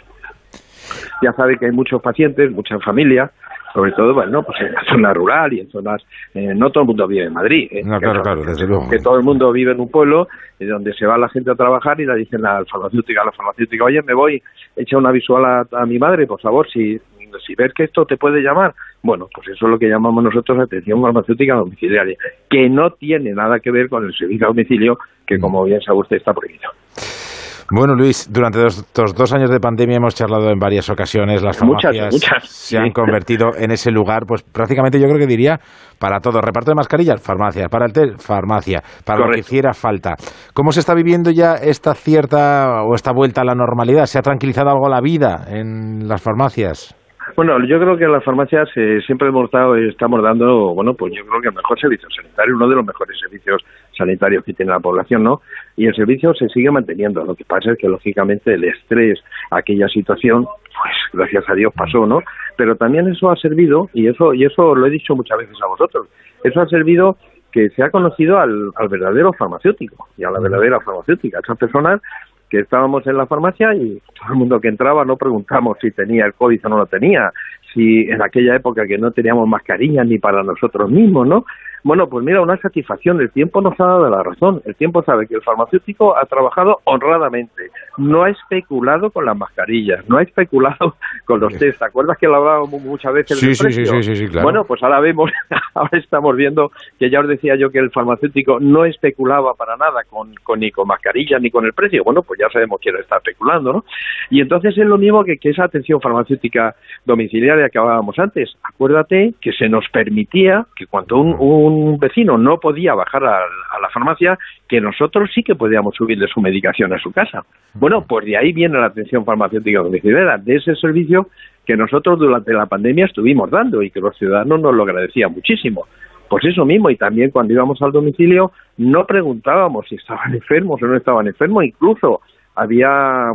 Ya sabe que hay muchos pacientes, muchas familias, sobre todo, bueno, pues en la zona rural y en zonas, no todo el mundo vive en Madrid. No, claro, desde luego. Que todo el mundo vive en un pueblo donde se va la gente a trabajar y le dicen a la farmacéutica, oye, me voy, echa una visual a mi madre, por favor, si ves que esto te puede llamar. Bueno, pues eso es lo que llamamos nosotros atención farmacéutica domiciliaria, que no tiene nada que ver con el servicio a domicilio, que como bien sabe usted está prohibido. Bueno, Luis, durante estos 2 años de pandemia hemos charlado en varias ocasiones. Las farmacias se han convertido en ese lugar, pues prácticamente yo creo que diría para todo. Reparto de mascarillas, farmacia. Para el test, farmacia. Para lo que hiciera falta. ¿Cómo se está viviendo ya esta vuelta a la normalidad? ¿Se ha tranquilizado algo la vida en las farmacias? Bueno, yo creo que en las farmacias siempre estamos dando, bueno, pues yo creo que el mejor servicio sanitario, uno de los mejores servicios sanitarios que tiene la población, ¿no? Y el servicio se sigue manteniendo. Lo que pasa es que, lógicamente, el estrés, aquella situación, pues gracias a Dios pasó, ¿no? Pero también eso ha servido, y eso lo he dicho muchas veces a vosotros, eso ha servido que se ha conocido al verdadero farmacéutico y a la verdadera farmacéutica. Esas personas que estábamos en la farmacia y todo el mundo que entraba no preguntamos si tenía el COVID o no lo tenía, si en aquella época que no teníamos mascarillas ni para nosotros mismos, ¿no? Bueno, pues mira, una satisfacción. El tiempo nos ha dado la razón. El tiempo sabe que el farmacéutico ha trabajado honradamente, no ha especulado con las mascarillas, no ha especulado con los test. ¿Te acuerdas que lo hablábamos muchas veces? Sí, claro. Bueno, pues ahora estamos viendo que ya os decía yo que el farmacéutico no especulaba para nada ni con mascarillas ni con el precio. Bueno, pues ya sabemos quién está especulando, ¿no? Y entonces es lo mismo que esa atención farmacéutica domiciliaria que hablábamos antes. Acuérdate que se nos permitía que cuando un vecino no podía bajar a la farmacia, que nosotros sí que podíamos subirle su medicación a su casa. Bueno, pues de ahí viene la atención farmacéutica domiciliaria, de ese servicio que nosotros durante la pandemia estuvimos dando y que los ciudadanos nos lo agradecían muchísimo. Pues eso mismo, y también cuando íbamos al domicilio no preguntábamos si estaban enfermos o no estaban enfermos, incluso había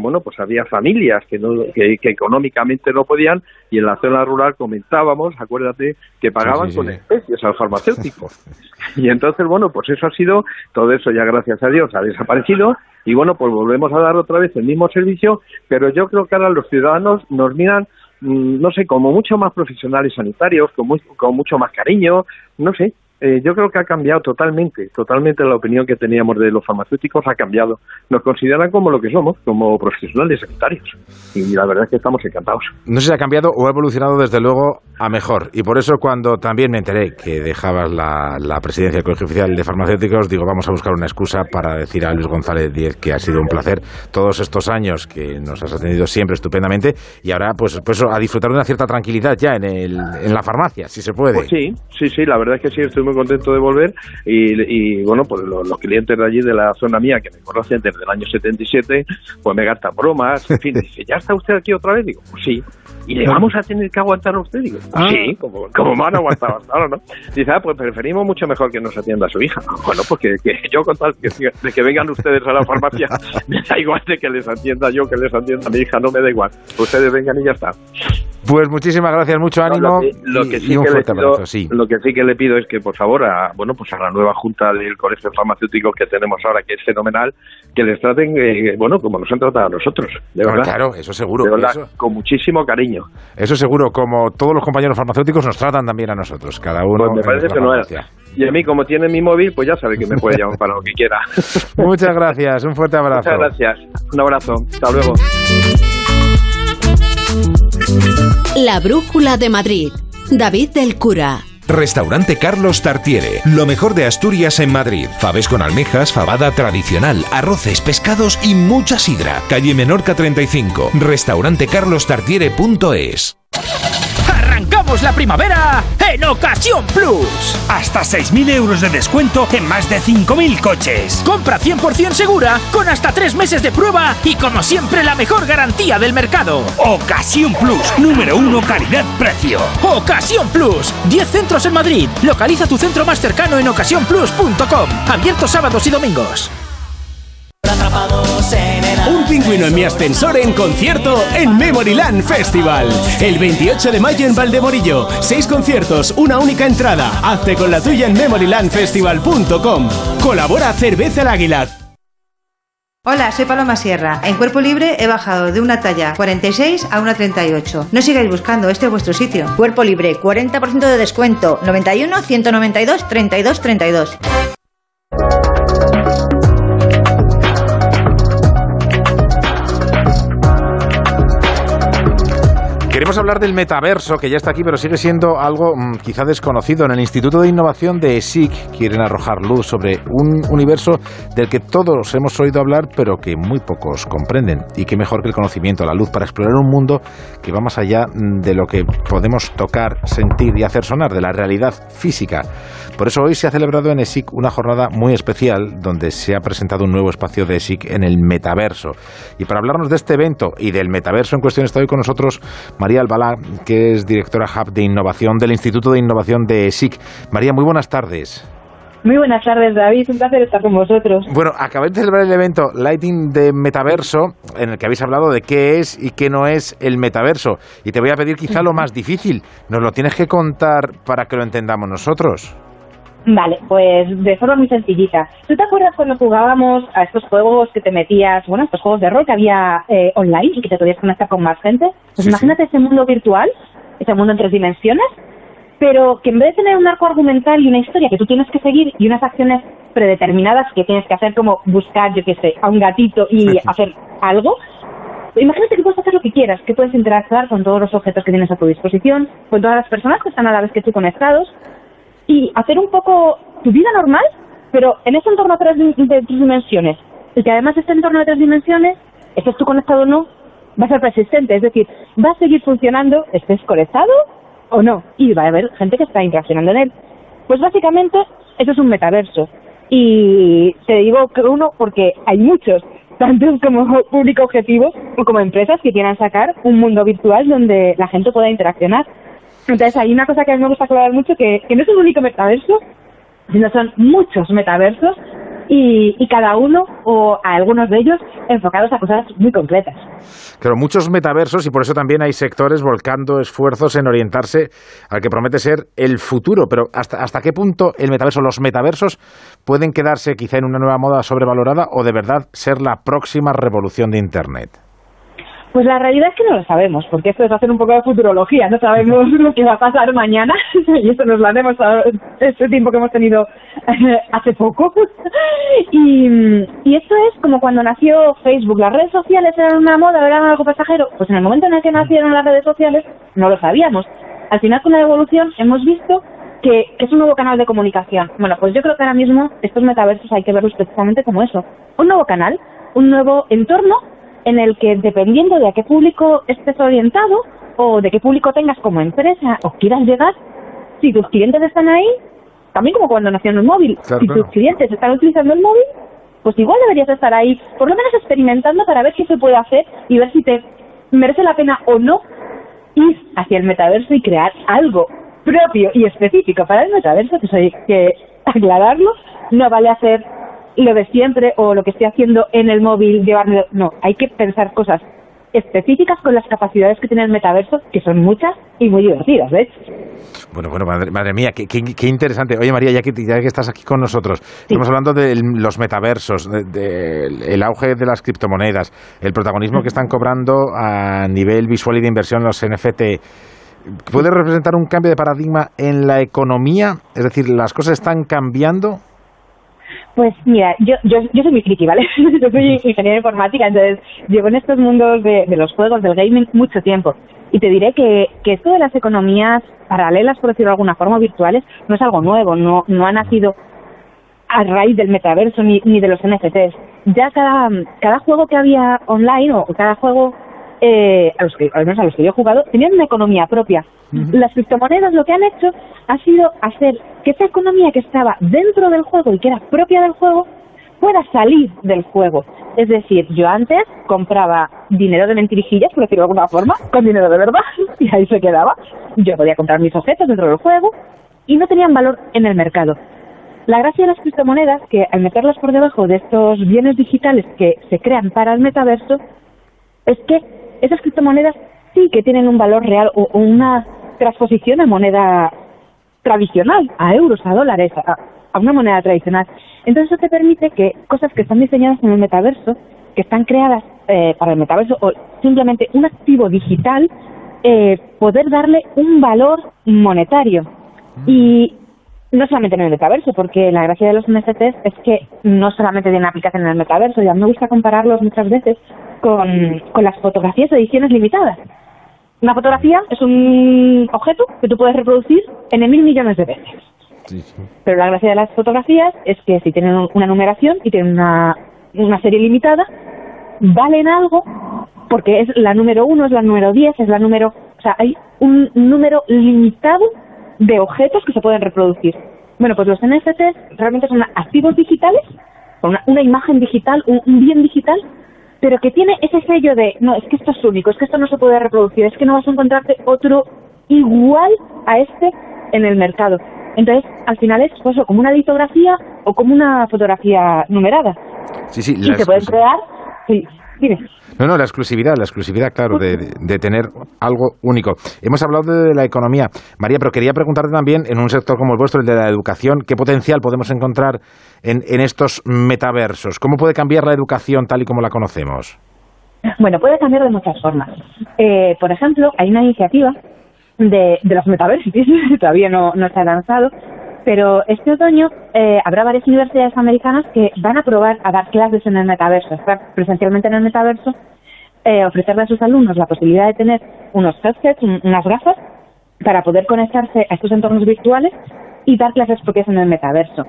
familias que económicamente no podían, y en la zona rural comentábamos, acuérdate, que pagaban con especies al farmacéutico. Y entonces, bueno, pues eso ha sido, todo eso ya gracias a Dios ha desaparecido, y bueno, pues volvemos a dar otra vez el mismo servicio, pero yo creo que ahora los ciudadanos nos miran, no sé, como mucho más profesionales sanitarios, con mucho más cariño, no sé. Yo creo que ha cambiado totalmente la opinión que teníamos de los farmacéuticos, ha cambiado. Nos consideran como lo que somos, como profesionales sanitarios. Y la verdad es que estamos encantados. No sé si ha cambiado o ha evolucionado desde luego a mejor. Y por eso cuando también me enteré que dejabas la presidencia del Colegio Oficial de Farmacéuticos, digo, vamos a buscar una excusa para decir a Luis González Díez que ha sido un placer todos estos años, que nos has atendido siempre estupendamente, y ahora pues a disfrutar de una cierta tranquilidad ya en la farmacia, si se puede. Pues sí, la verdad es que sí, estoy muy contento de volver y bueno, pues los clientes de allí de la zona mía que me conocen desde el año 77, pues me gastan bromas, en fin, dice, ¿ya está usted aquí otra vez? Digo, pues sí. ¿Y le vamos a tener que aguantar a usted? Digo, sí, como me han aguantado hasta ahora, ¿no? Dice, pues preferimos mucho mejor que nos atienda a su hija. Bueno, pues que yo con tal de que vengan ustedes a la farmacia, me da igual de que les atienda yo, que les atienda a mi hija, no me da igual. Ustedes vengan y ya está. Pues muchísimas gracias, mucho ánimo y un fuerte abrazo. Sí. Lo que sí que le pido es que, por favor, a la nueva junta del Colegio Farmacéutico que tenemos ahora, que es fenomenal, que les traten, como nos han tratado a nosotros, de verdad. Claro, eso seguro. De verdad, con muchísimo cariño. Eso seguro, como todos los compañeros farmacéuticos nos tratan también a nosotros, cada uno. Pues me parece que no es. Y a mí, como tiene mi móvil, pues ya sabe que me puede llamar para lo que quiera. Muchas gracias, un fuerte abrazo. Muchas gracias, un abrazo, hasta luego. La Brújula de Madrid. David del Cura. Restaurante Carlos Tartiere, lo mejor de Asturias en Madrid. Faves con almejas, fabada tradicional, arroces, pescados y mucha sidra. Calle Menorca 35, restaurantecarlostartiere.es. ¡Arrancamos la primavera en Ocasión Plus! Hasta 6.000 euros de descuento en más de 5.000 coches. Compra 100% segura con hasta 3 meses de prueba y, como siempre, la mejor garantía del mercado. Ocasión Plus, número 1 calidad-precio. Ocasión Plus, 10 centros en Madrid. Localiza tu centro más cercano en ocasiónplus.com. Abierto sábados y domingos. Un pingüino en mi ascensor en concierto en Memoryland Festival. El 28 de mayo en Valdemorillo. 6 conciertos, una única entrada. Hazte con la tuya en memorylandfestival.com. Colabora Cerveza El Águila. Hola, soy Paloma Sierra. En Cuerpo Libre he bajado de una talla 46 a una 38. No sigáis buscando, este es vuestro sitio. Cuerpo Libre, 40% de descuento. 91 192 32 32. Queremos hablar del metaverso, que ya está aquí, pero sigue siendo algo quizá desconocido. En el Instituto de Innovación de ESIC quieren arrojar luz sobre un universo del que todos hemos oído hablar, pero que muy pocos comprenden. Y qué mejor que el conocimiento, la luz, para explorar un mundo que va más allá de lo que podemos tocar, sentir y hacer sonar, de la realidad física. Por eso hoy se ha celebrado en ESIC una jornada muy especial, donde se ha presentado un nuevo espacio de ESIC en el metaverso. Y para hablarnos de este evento y del metaverso en cuestión está hoy con nosotros María Albalá, que es directora Hub de Innovación del Instituto de Innovación de ESIC. María, muy buenas tardes. Muy buenas tardes, David. Un placer estar con vosotros. Bueno, acabáis de celebrar el evento Lighting de Metaverso, en el que habéis hablado de qué es y qué no es el metaverso. Y te voy a pedir quizá lo más difícil. Nos lo tienes que contar para que lo entendamos nosotros. Vale, pues de forma muy sencillita. ¿Tú te acuerdas cuando jugábamos a estos juegos que te metías, bueno, estos juegos de rol que había online y que te podías conectar con más gente? Pues sí, imagínate ese mundo virtual, ese mundo en 3 dimensiones, pero que en vez de tener un arco argumental y una historia que tú tienes que seguir y unas acciones predeterminadas que tienes que hacer, como buscar, yo qué sé, a un gatito y hacer algo, imagínate que puedes hacer lo que quieras, que puedes interactuar con todos los objetos que tienes a tu disposición, con todas las personas que están a la vez que tú conectados, y hacer un poco tu vida normal, pero en ese entorno de 3 dimensiones. Y que además este entorno de 3 dimensiones, estés tú conectado o no, va a ser persistente. Es decir, va a seguir funcionando, estés conectado o no. Y va a haber gente que está interaccionando en él. Pues básicamente, eso es un metaverso. Y te digo que uno porque hay muchos, tanto como público objetivo como empresas que quieran sacar un mundo virtual donde la gente pueda interaccionar. Entonces hay una cosa que a mí me gusta aclarar mucho, que no es un único metaverso, sino son muchos metaversos y cada uno o a algunos de ellos enfocados a cosas muy concretas. Claro, muchos metaversos y por eso también hay sectores volcando esfuerzos en orientarse al que promete ser el futuro. Pero ¿hasta qué punto el metaverso, los metaversos pueden quedarse quizá en una nueva moda sobrevalorada o de verdad ser la próxima revolución de Internet? Pues la realidad es que no lo sabemos, porque esto es hacer un poco de futurología, no sabemos lo que va a pasar mañana, y eso nos lo haremos a este tiempo que hemos tenido hace poco. Y esto es como cuando nació Facebook, las redes sociales eran una moda, eran algo pasajero, pues en el momento en el que nacieron las redes sociales no lo sabíamos. Al final con la evolución hemos visto que es un nuevo canal de comunicación. Bueno, pues yo creo que ahora mismo estos metaversos hay que verlos precisamente como eso, un nuevo canal, un nuevo entorno en el que, dependiendo de a qué público estés orientado o de qué público tengas como empresa o quieras llegar, si tus clientes están ahí, también como cuando nació el móvil, claro, si tus clientes están utilizando el móvil, pues igual deberías estar ahí, por lo menos experimentando para ver qué se puede hacer y ver si te merece la pena o no ir hacia el metaverso y crear algo propio y específico para el metaverso, que eso hay que aclararlo. No vale hacer lo de siempre o lo que estoy haciendo en el móvil, llevarlo. No, hay que pensar cosas específicas con las capacidades que tiene el metaverso, que son muchas y muy divertidas, de hecho. Bueno, madre mía, qué interesante. Oye, María, ya que estás aquí con nosotros, sí, estamos hablando de los metaversos, el auge de las criptomonedas, el protagonismo que están cobrando a nivel visual y de inversión los NFT. ¿Puede representar un cambio de paradigma en la economía? Es decir, ¿las cosas están cambiando? Pues mira, yo soy muy friki, ¿vale? Yo soy ingeniera informática, entonces llevo en estos mundos de los juegos, del gaming, mucho tiempo. Y te diré que esto de las economías paralelas, por decirlo de alguna forma, virtuales, no es algo nuevo, no ha nacido a raíz del metaverso ni de los NFTs. Ya cada juego que había online, o cada juego, al menos a los que yo he jugado, tenían una economía propia. Las criptomonedas lo que han hecho ha sido hacer que esa economía que estaba dentro del juego y que era propia del juego pueda salir del juego. Es decir, yo antes compraba dinero de mentirijillas, por decirlo de alguna forma, con dinero de verdad, y ahí se quedaba. Yo podía comprar mis objetos dentro del juego y no tenían valor en el mercado. La gracia de las criptomonedas, que al meterlas por debajo de estos bienes digitales que se crean para el metaverso, es que esas criptomonedas sí que tienen un valor real o una transposición a moneda tradicional, a euros, a dólares, a una moneda tradicional. Entonces eso te permite que cosas que están diseñadas en el metaverso, que están creadas para el metaverso, o simplemente un activo digital, poder darle un valor monetario. Y no solamente en el metaverso, porque la gracia de los NFTs es que no solamente tienen aplicación en el metaverso, y a mí me gusta compararlos muchas veces con las fotografías de ediciones limitadas. Una fotografía es un objeto que tú puedes reproducir en 1.000 millones de veces. Sí. Pero la gracia de las fotografías es que si tienen una numeración y tienen una serie limitada, valen algo porque es la número 1, es la número 10, es la número... O sea, hay un número limitado de objetos que se pueden reproducir. Bueno, pues los NFTs realmente son activos digitales, una imagen digital, un bien digital, pero que tiene ese sello de, no, es que esto es único, es que esto no se puede reproducir, es que no vas a encontrarte otro igual a este en el mercado. Entonces, al final es pues, como una litografía o como una fotografía numerada. Sí, y se pueden crear... Sí, dime. No, la exclusividad, claro, de tener algo único. Hemos hablado de la economía. María, pero quería preguntarte también, en un sector como el vuestro, el de la educación, ¿qué potencial podemos encontrar en estos metaversos? ¿Cómo puede cambiar la educación tal y como la conocemos? Bueno, puede cambiar de muchas formas. Por ejemplo, hay una iniciativa de los metaversos, todavía no se ha lanzado, pero este otoño habrá varias universidades americanas que van a probar a dar clases en el metaverso, estar presencialmente en el metaverso, ofrecerle a sus alumnos la posibilidad de tener unos headsets, unas gafas, para poder conectarse a estos entornos virtuales y dar clases propias en el metaverso.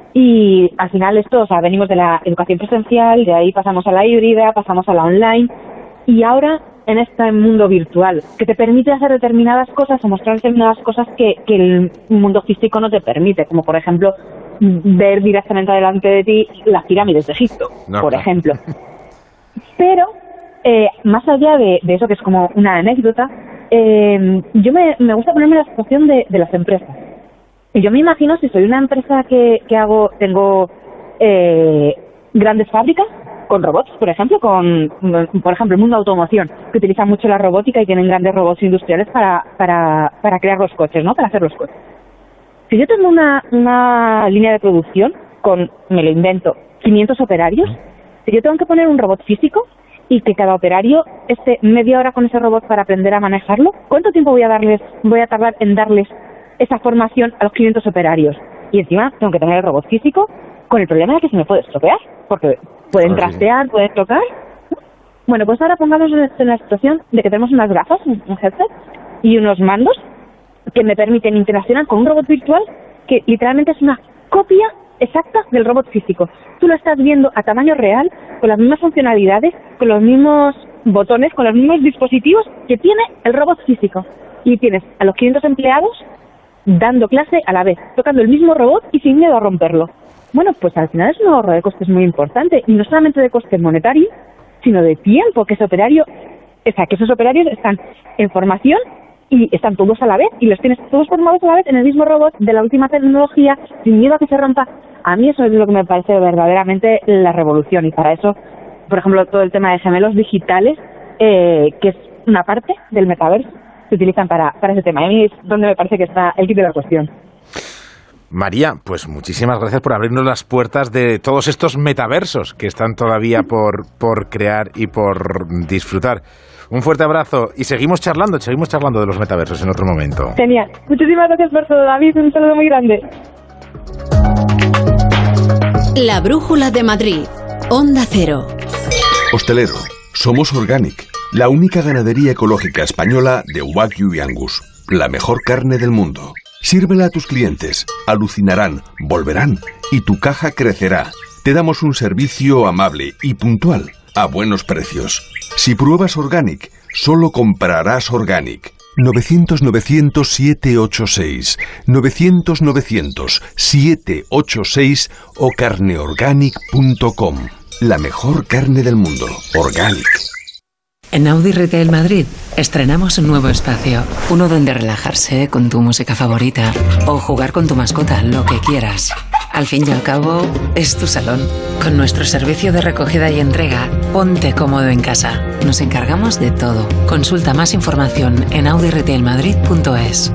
Y al final esto, o sea, venimos de la educación presencial, de ahí pasamos a la híbrida, pasamos a la online, y ahora en este mundo virtual, que te permite hacer determinadas cosas o mostrar determinadas cosas que el mundo físico no te permite, como por ejemplo ver directamente delante de ti las pirámides de Egipto, por ejemplo. Pero más allá de eso, que es como una anécdota, yo me gusta ponerme en la situación de las empresas. Y yo me imagino, si soy una empresa tengo grandes fábricas con robots, por ejemplo, el mundo automoción, que utiliza mucho la robótica y tienen grandes robots industriales para crear los coches, ¿no? Para hacer los coches. Si yo tengo una línea de producción me lo invento, 500 operarios, si yo tengo que poner un robot físico y que cada operario esté media hora con ese robot para aprender a manejarlo, ¿cuánto tiempo voy a tardar en darles esa formación a los 500 operarios? Y encima tengo que tener el robot físico con el problema de que se me puede estropear, porque pueden trastear, pueden tocar. Bueno, pues ahora pongamos en la situación de que tenemos unas gafas, un headset, y unos mandos que me permiten interaccionar con un robot virtual que literalmente es una copia exacta del robot físico. Tú lo estás viendo a tamaño real, con las mismas funcionalidades, con los mismos botones, con los mismos dispositivos que tiene el robot físico. Y tienes a los 500 empleados dando clase a la vez, tocando el mismo robot y sin miedo a romperlo. Bueno, pues al final es un ahorro de costes muy importante, y no solamente de coste monetario, sino de tiempo, que esos operarios están en formación y están todos a la vez, y los tienes todos formados a la vez en el mismo robot de la última tecnología, sin miedo a que se rompa. A mí eso es lo que me parece verdaderamente la revolución, y para eso, por ejemplo, todo el tema de gemelos digitales, que es una parte del metaverso, se utilizan para ese tema. Y a mí es donde me parece que está el kit de la cuestión. María, pues muchísimas gracias por abrirnos las puertas de todos estos metaversos que están todavía por crear y por disfrutar. Un fuerte abrazo y seguimos charlando de los metaversos en otro momento. Genial. Muchísimas gracias por todo, David. Un saludo muy grande. La Brújula de Madrid. Onda Cero. Hostelero, somos Organic, la única ganadería ecológica española de Wagyu y Angus, la mejor carne del mundo. Sírvela a tus clientes, alucinarán, volverán y tu caja crecerá. Te damos un servicio amable y puntual, a buenos precios. Si pruebas Organic, solo comprarás Organic. 900-900-786, 900-900-786 o carneorganic.com. La mejor carne del mundo, Organic. En Audi Retail Madrid estrenamos un nuevo espacio, uno donde relajarse con tu música favorita o jugar con tu mascota, lo que quieras. Al fin y al cabo, es tu salón. Con nuestro servicio de recogida y entrega, ponte cómodo en casa. Nos encargamos de todo. Consulta más información en audiretailmadrid.es.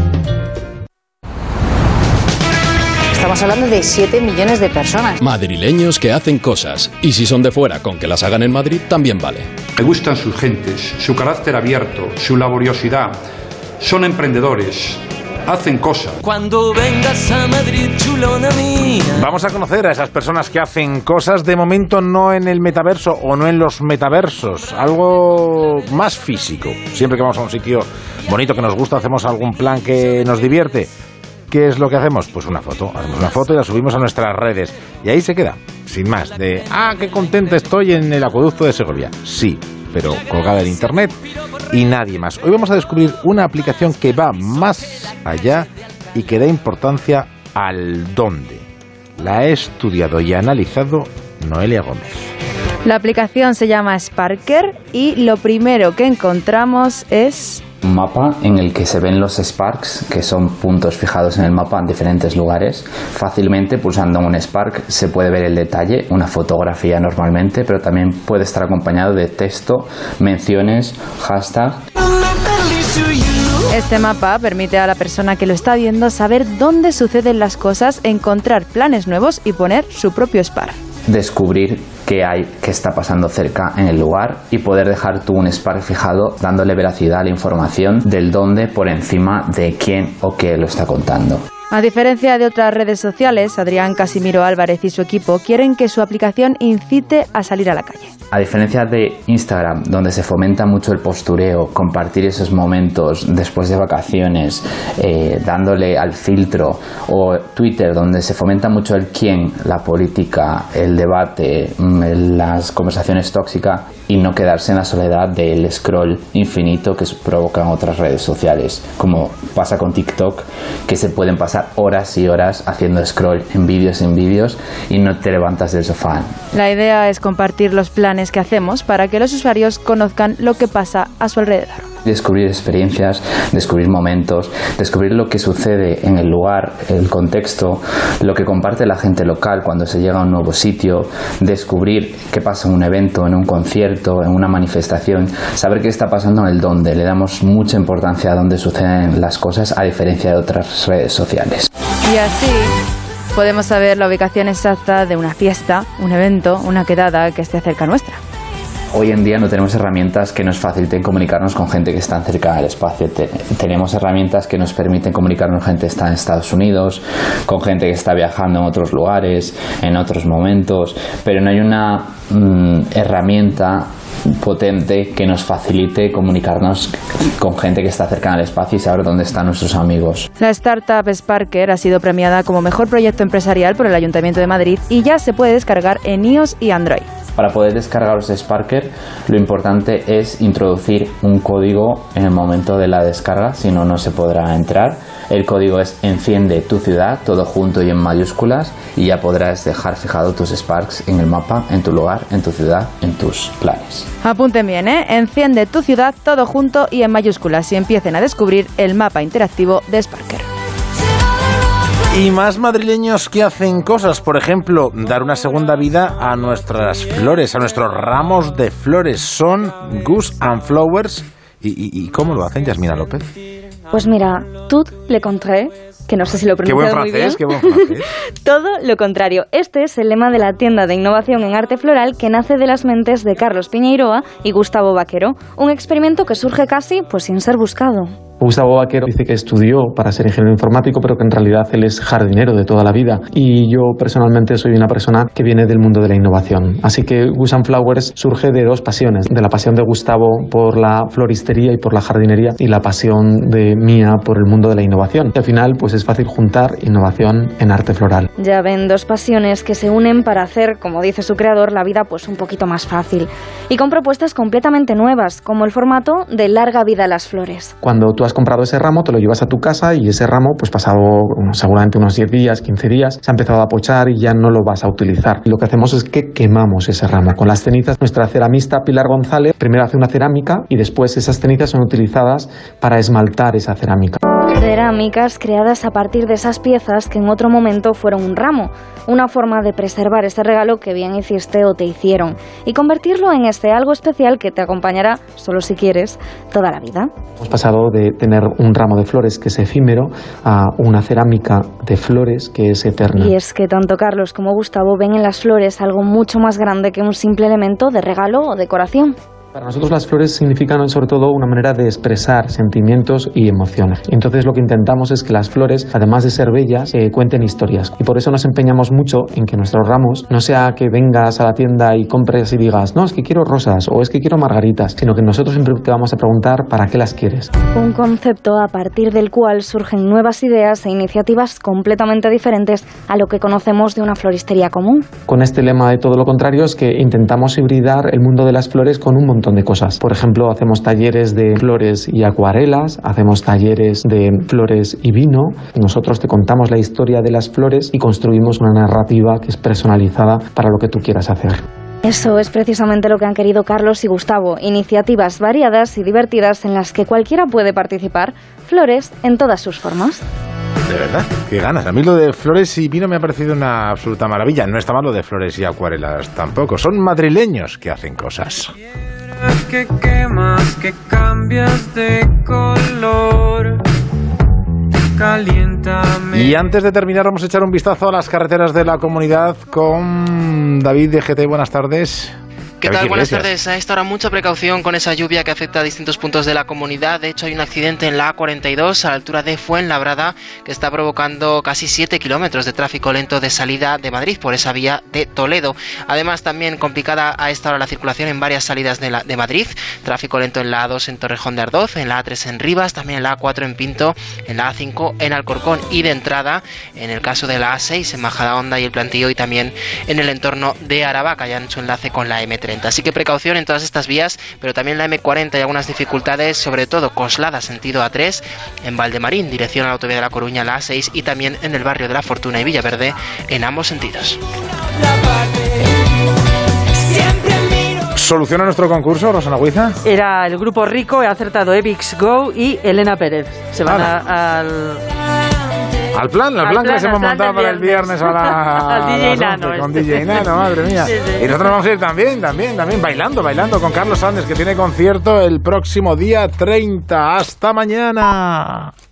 Estamos hablando de 7 millones de personas. Madrileños que hacen cosas. Y si son de fuera, con que las hagan en Madrid, también vale. Me gustan sus gentes, su carácter abierto, su laboriosidad. Son emprendedores. Hacen cosas. Cuando vengas a Madrid, chulona mía. Vamos a conocer a esas personas que hacen cosas, de momento no en el metaverso o no en los metaversos, algo más físico. Siempre que vamos a un sitio bonito que nos gusta, hacemos algún plan que nos divierte. ¿Qué es lo que hacemos? Pues una foto. Hacemos una foto y la subimos a nuestras redes. Y ahí se queda, sin más, de qué contenta estoy en el acueducto de Segovia. Sí, pero colgada en internet y nadie más. Hoy vamos a descubrir una aplicación que va más allá y que da importancia al dónde. La ha estudiado y analizado Noelia Gómez. La aplicación se llama Sparker y lo primero que encontramos es un mapa en el que se ven los sparks, que son puntos fijados en el mapa en diferentes lugares. Fácilmente, pulsando en un spark, se puede ver el detalle, una fotografía normalmente, pero también puede estar acompañado de texto, menciones, hashtag. Este mapa permite a la persona que lo está viendo saber dónde suceden las cosas, encontrar planes nuevos y poner su propio spark. Descubrir qué está pasando cerca en el lugar y poder dejar tú un spark fijado dándole veracidad a la información del dónde por encima de quién o qué lo está contando. A diferencia de otras redes sociales, Adrián Casimiro Álvarez y su equipo quieren que su aplicación incite a salir a la calle. A diferencia de Instagram, donde se fomenta mucho el postureo, compartir esos momentos después de vacaciones, dándole al filtro, o Twitter, donde se fomenta mucho el quién, la política, el debate, las conversaciones tóxicas, y no quedarse en la soledad del scroll infinito que provocan otras redes sociales, como pasa con TikTok, que se pueden pasar horas y horas haciendo scroll en vídeos y no te levantas del sofá. La idea es compartir los planes que hacemos para que los usuarios conozcan lo que pasa a su alrededor. Descubrir experiencias, descubrir momentos, descubrir lo que sucede en el lugar, el contexto, lo que comparte la gente local cuando se llega a un nuevo sitio, descubrir qué pasa en un evento, en un concierto, en una manifestación, saber qué está pasando en el dónde. Le damos mucha importancia a dónde suceden las cosas, a diferencia de otras redes sociales. Y así podemos saber la ubicación exacta de una fiesta, un evento, una quedada que esté cerca nuestra. Hoy en día no tenemos herramientas que nos faciliten comunicarnos con gente que está cerca del espacio. Tenemos herramientas que nos permiten comunicarnos con gente que está en Estados Unidos, con gente que está viajando en otros lugares, en otros momentos, pero no hay una herramienta potente que nos facilite comunicarnos con gente que está cercana al espacio y saber dónde están nuestros amigos. La startup Sparker ha sido premiada como mejor proyecto empresarial por el Ayuntamiento de Madrid y ya se puede descargar en iOS y Android. Para poder descargaros Sparker, lo importante es introducir un código en el momento de la descarga, si no, no se podrá entrar. El código es Enciende tu ciudad, todo junto y en mayúsculas, y ya podrás dejar fijado tus Sparks en el mapa, en tu lugar, en tu ciudad, en tus planes. Apunten bien, Enciende tu ciudad, todo junto y en mayúsculas, y empiecen a descubrir el mapa interactivo de Sparker. Y más madrileños que hacen cosas, por ejemplo, dar una segunda vida a nuestras flores, a nuestros ramos de flores. Son Goose and Flowers. ¿Y cómo lo hacen, Yasmina López? Pues mira, tout le contraire, que no sé si lo he pronunciado muy bien. Qué buen francés. Todo lo contrario. Este es el lema de la tienda de innovación en arte floral que nace de las mentes de Carlos Piñeiroa y Gustavo Vaquero. Un experimento que surge casi pues sin ser buscado. Gustavo Vaquero dice que estudió para ser ingeniero informático, pero que en realidad él es jardinero de toda la vida. Y yo personalmente soy una persona que viene del mundo de la innovación. Así que Gus & Flowers surge de dos pasiones. De la pasión de Gustavo por la floristería y por la jardinería, y la pasión de mía por el mundo de la innovación. Y al final pues es fácil juntar innovación en arte floral. Ya ven, dos pasiones que se unen para hacer, como dice su creador, la vida pues un poquito más fácil. Y con propuestas completamente nuevas, como el formato de larga vida a las flores. Cuando tú has comprado ese ramo, te lo llevas a tu casa y ese ramo, pues pasado seguramente unos 10 días, 15 días, se ha empezado a pochar y ya no lo vas a utilizar. Y lo que hacemos es que quemamos ese ramo. Con las cenizas, nuestra ceramista Pilar González primero hace una cerámica y después esas cenizas son utilizadas para esmaltar esa cerámica. Cerámicas creadas a partir de esas piezas que en otro momento fueron un ramo, una forma de preservar ese regalo que bien hiciste o te hicieron y convertirlo en algo especial que te acompañará, solo si quieres, toda la vida. Hemos pasado de tener un ramo de flores que es efímero a una cerámica de flores que es eterna. Y es que tanto Carlos como Gustavo ven en las flores algo mucho más grande que un simple elemento de regalo o decoración. Para nosotros las flores significan sobre todo una manera de expresar sentimientos y emociones. Entonces lo que intentamos es que las flores, además de ser bellas, cuenten historias. Y por eso nos empeñamos mucho en que nuestros ramos no sea que vengas a la tienda y compres y digas, no, es que quiero rosas o es que quiero margaritas, sino que nosotros siempre te vamos a preguntar ¿para qué las quieres? Un concepto a partir del cual surgen nuevas ideas e iniciativas completamente diferentes a lo que conocemos de una floristería común. Con este lema de todo lo contrario es que intentamos hibridar el mundo de las flores con un montón de cosas. Por ejemplo, hacemos talleres de flores y acuarelas, hacemos talleres de flores y vino. Nosotros te contamos la historia de las flores y construimos una narrativa que es personalizada para lo que tú quieras hacer. Eso es precisamente lo que han querido Carlos y Gustavo, iniciativas variadas y divertidas en las que cualquiera puede participar, flores en todas sus formas. De verdad, qué ganas. A mí lo de flores y vino me ha parecido una absoluta maravilla. No está mal lo de flores y acuarelas tampoco. Son madrileños que hacen cosas. Que quemas, que cambias de color. Caliéntame. Y antes de terminar vamos a echar un vistazo a las carreteras de la comunidad con David de GT. Buenas tardes. ¿Qué tal? Buenas tardes. A esta hora mucha precaución con esa lluvia que afecta a distintos puntos de la comunidad. De hecho hay un accidente en la A42 a la altura de Fuenlabrada que está provocando casi 7 kilómetros de tráfico lento de salida de Madrid por esa vía de Toledo. Además también complicada a esta hora la circulación en varias salidas de Madrid. Tráfico lento en la A2 en Torrejón de Ardoz, en la A3 en Rivas, también en la A4 en Pinto, en la A5 en Alcorcón y de entrada en el caso de la A6 en Majadahonda y el Plantío y también en el entorno de Aravaca ya en su enlace con la M30. Así que precaución en todas estas vías, pero también la M40 hay algunas dificultades, sobre todo Coslada sentido A3, en Valdemarín dirección a la autovía de La Coruña la A6 y también en el barrio de La Fortuna y Villaverde en ambos sentidos. ¿Soluciona nuestro concurso, Rosana Huiza? Era el grupo Rico, he acertado Evix Go y Elena Pérez. Se van al plan que les hemos montado para el viernes a DJ Nano, con DJ Nano, madre mía. Sí. Y nosotros vamos a ir también bailando con Carlos Sánchez, que tiene concierto el próximo día 30. ¡Hasta mañana!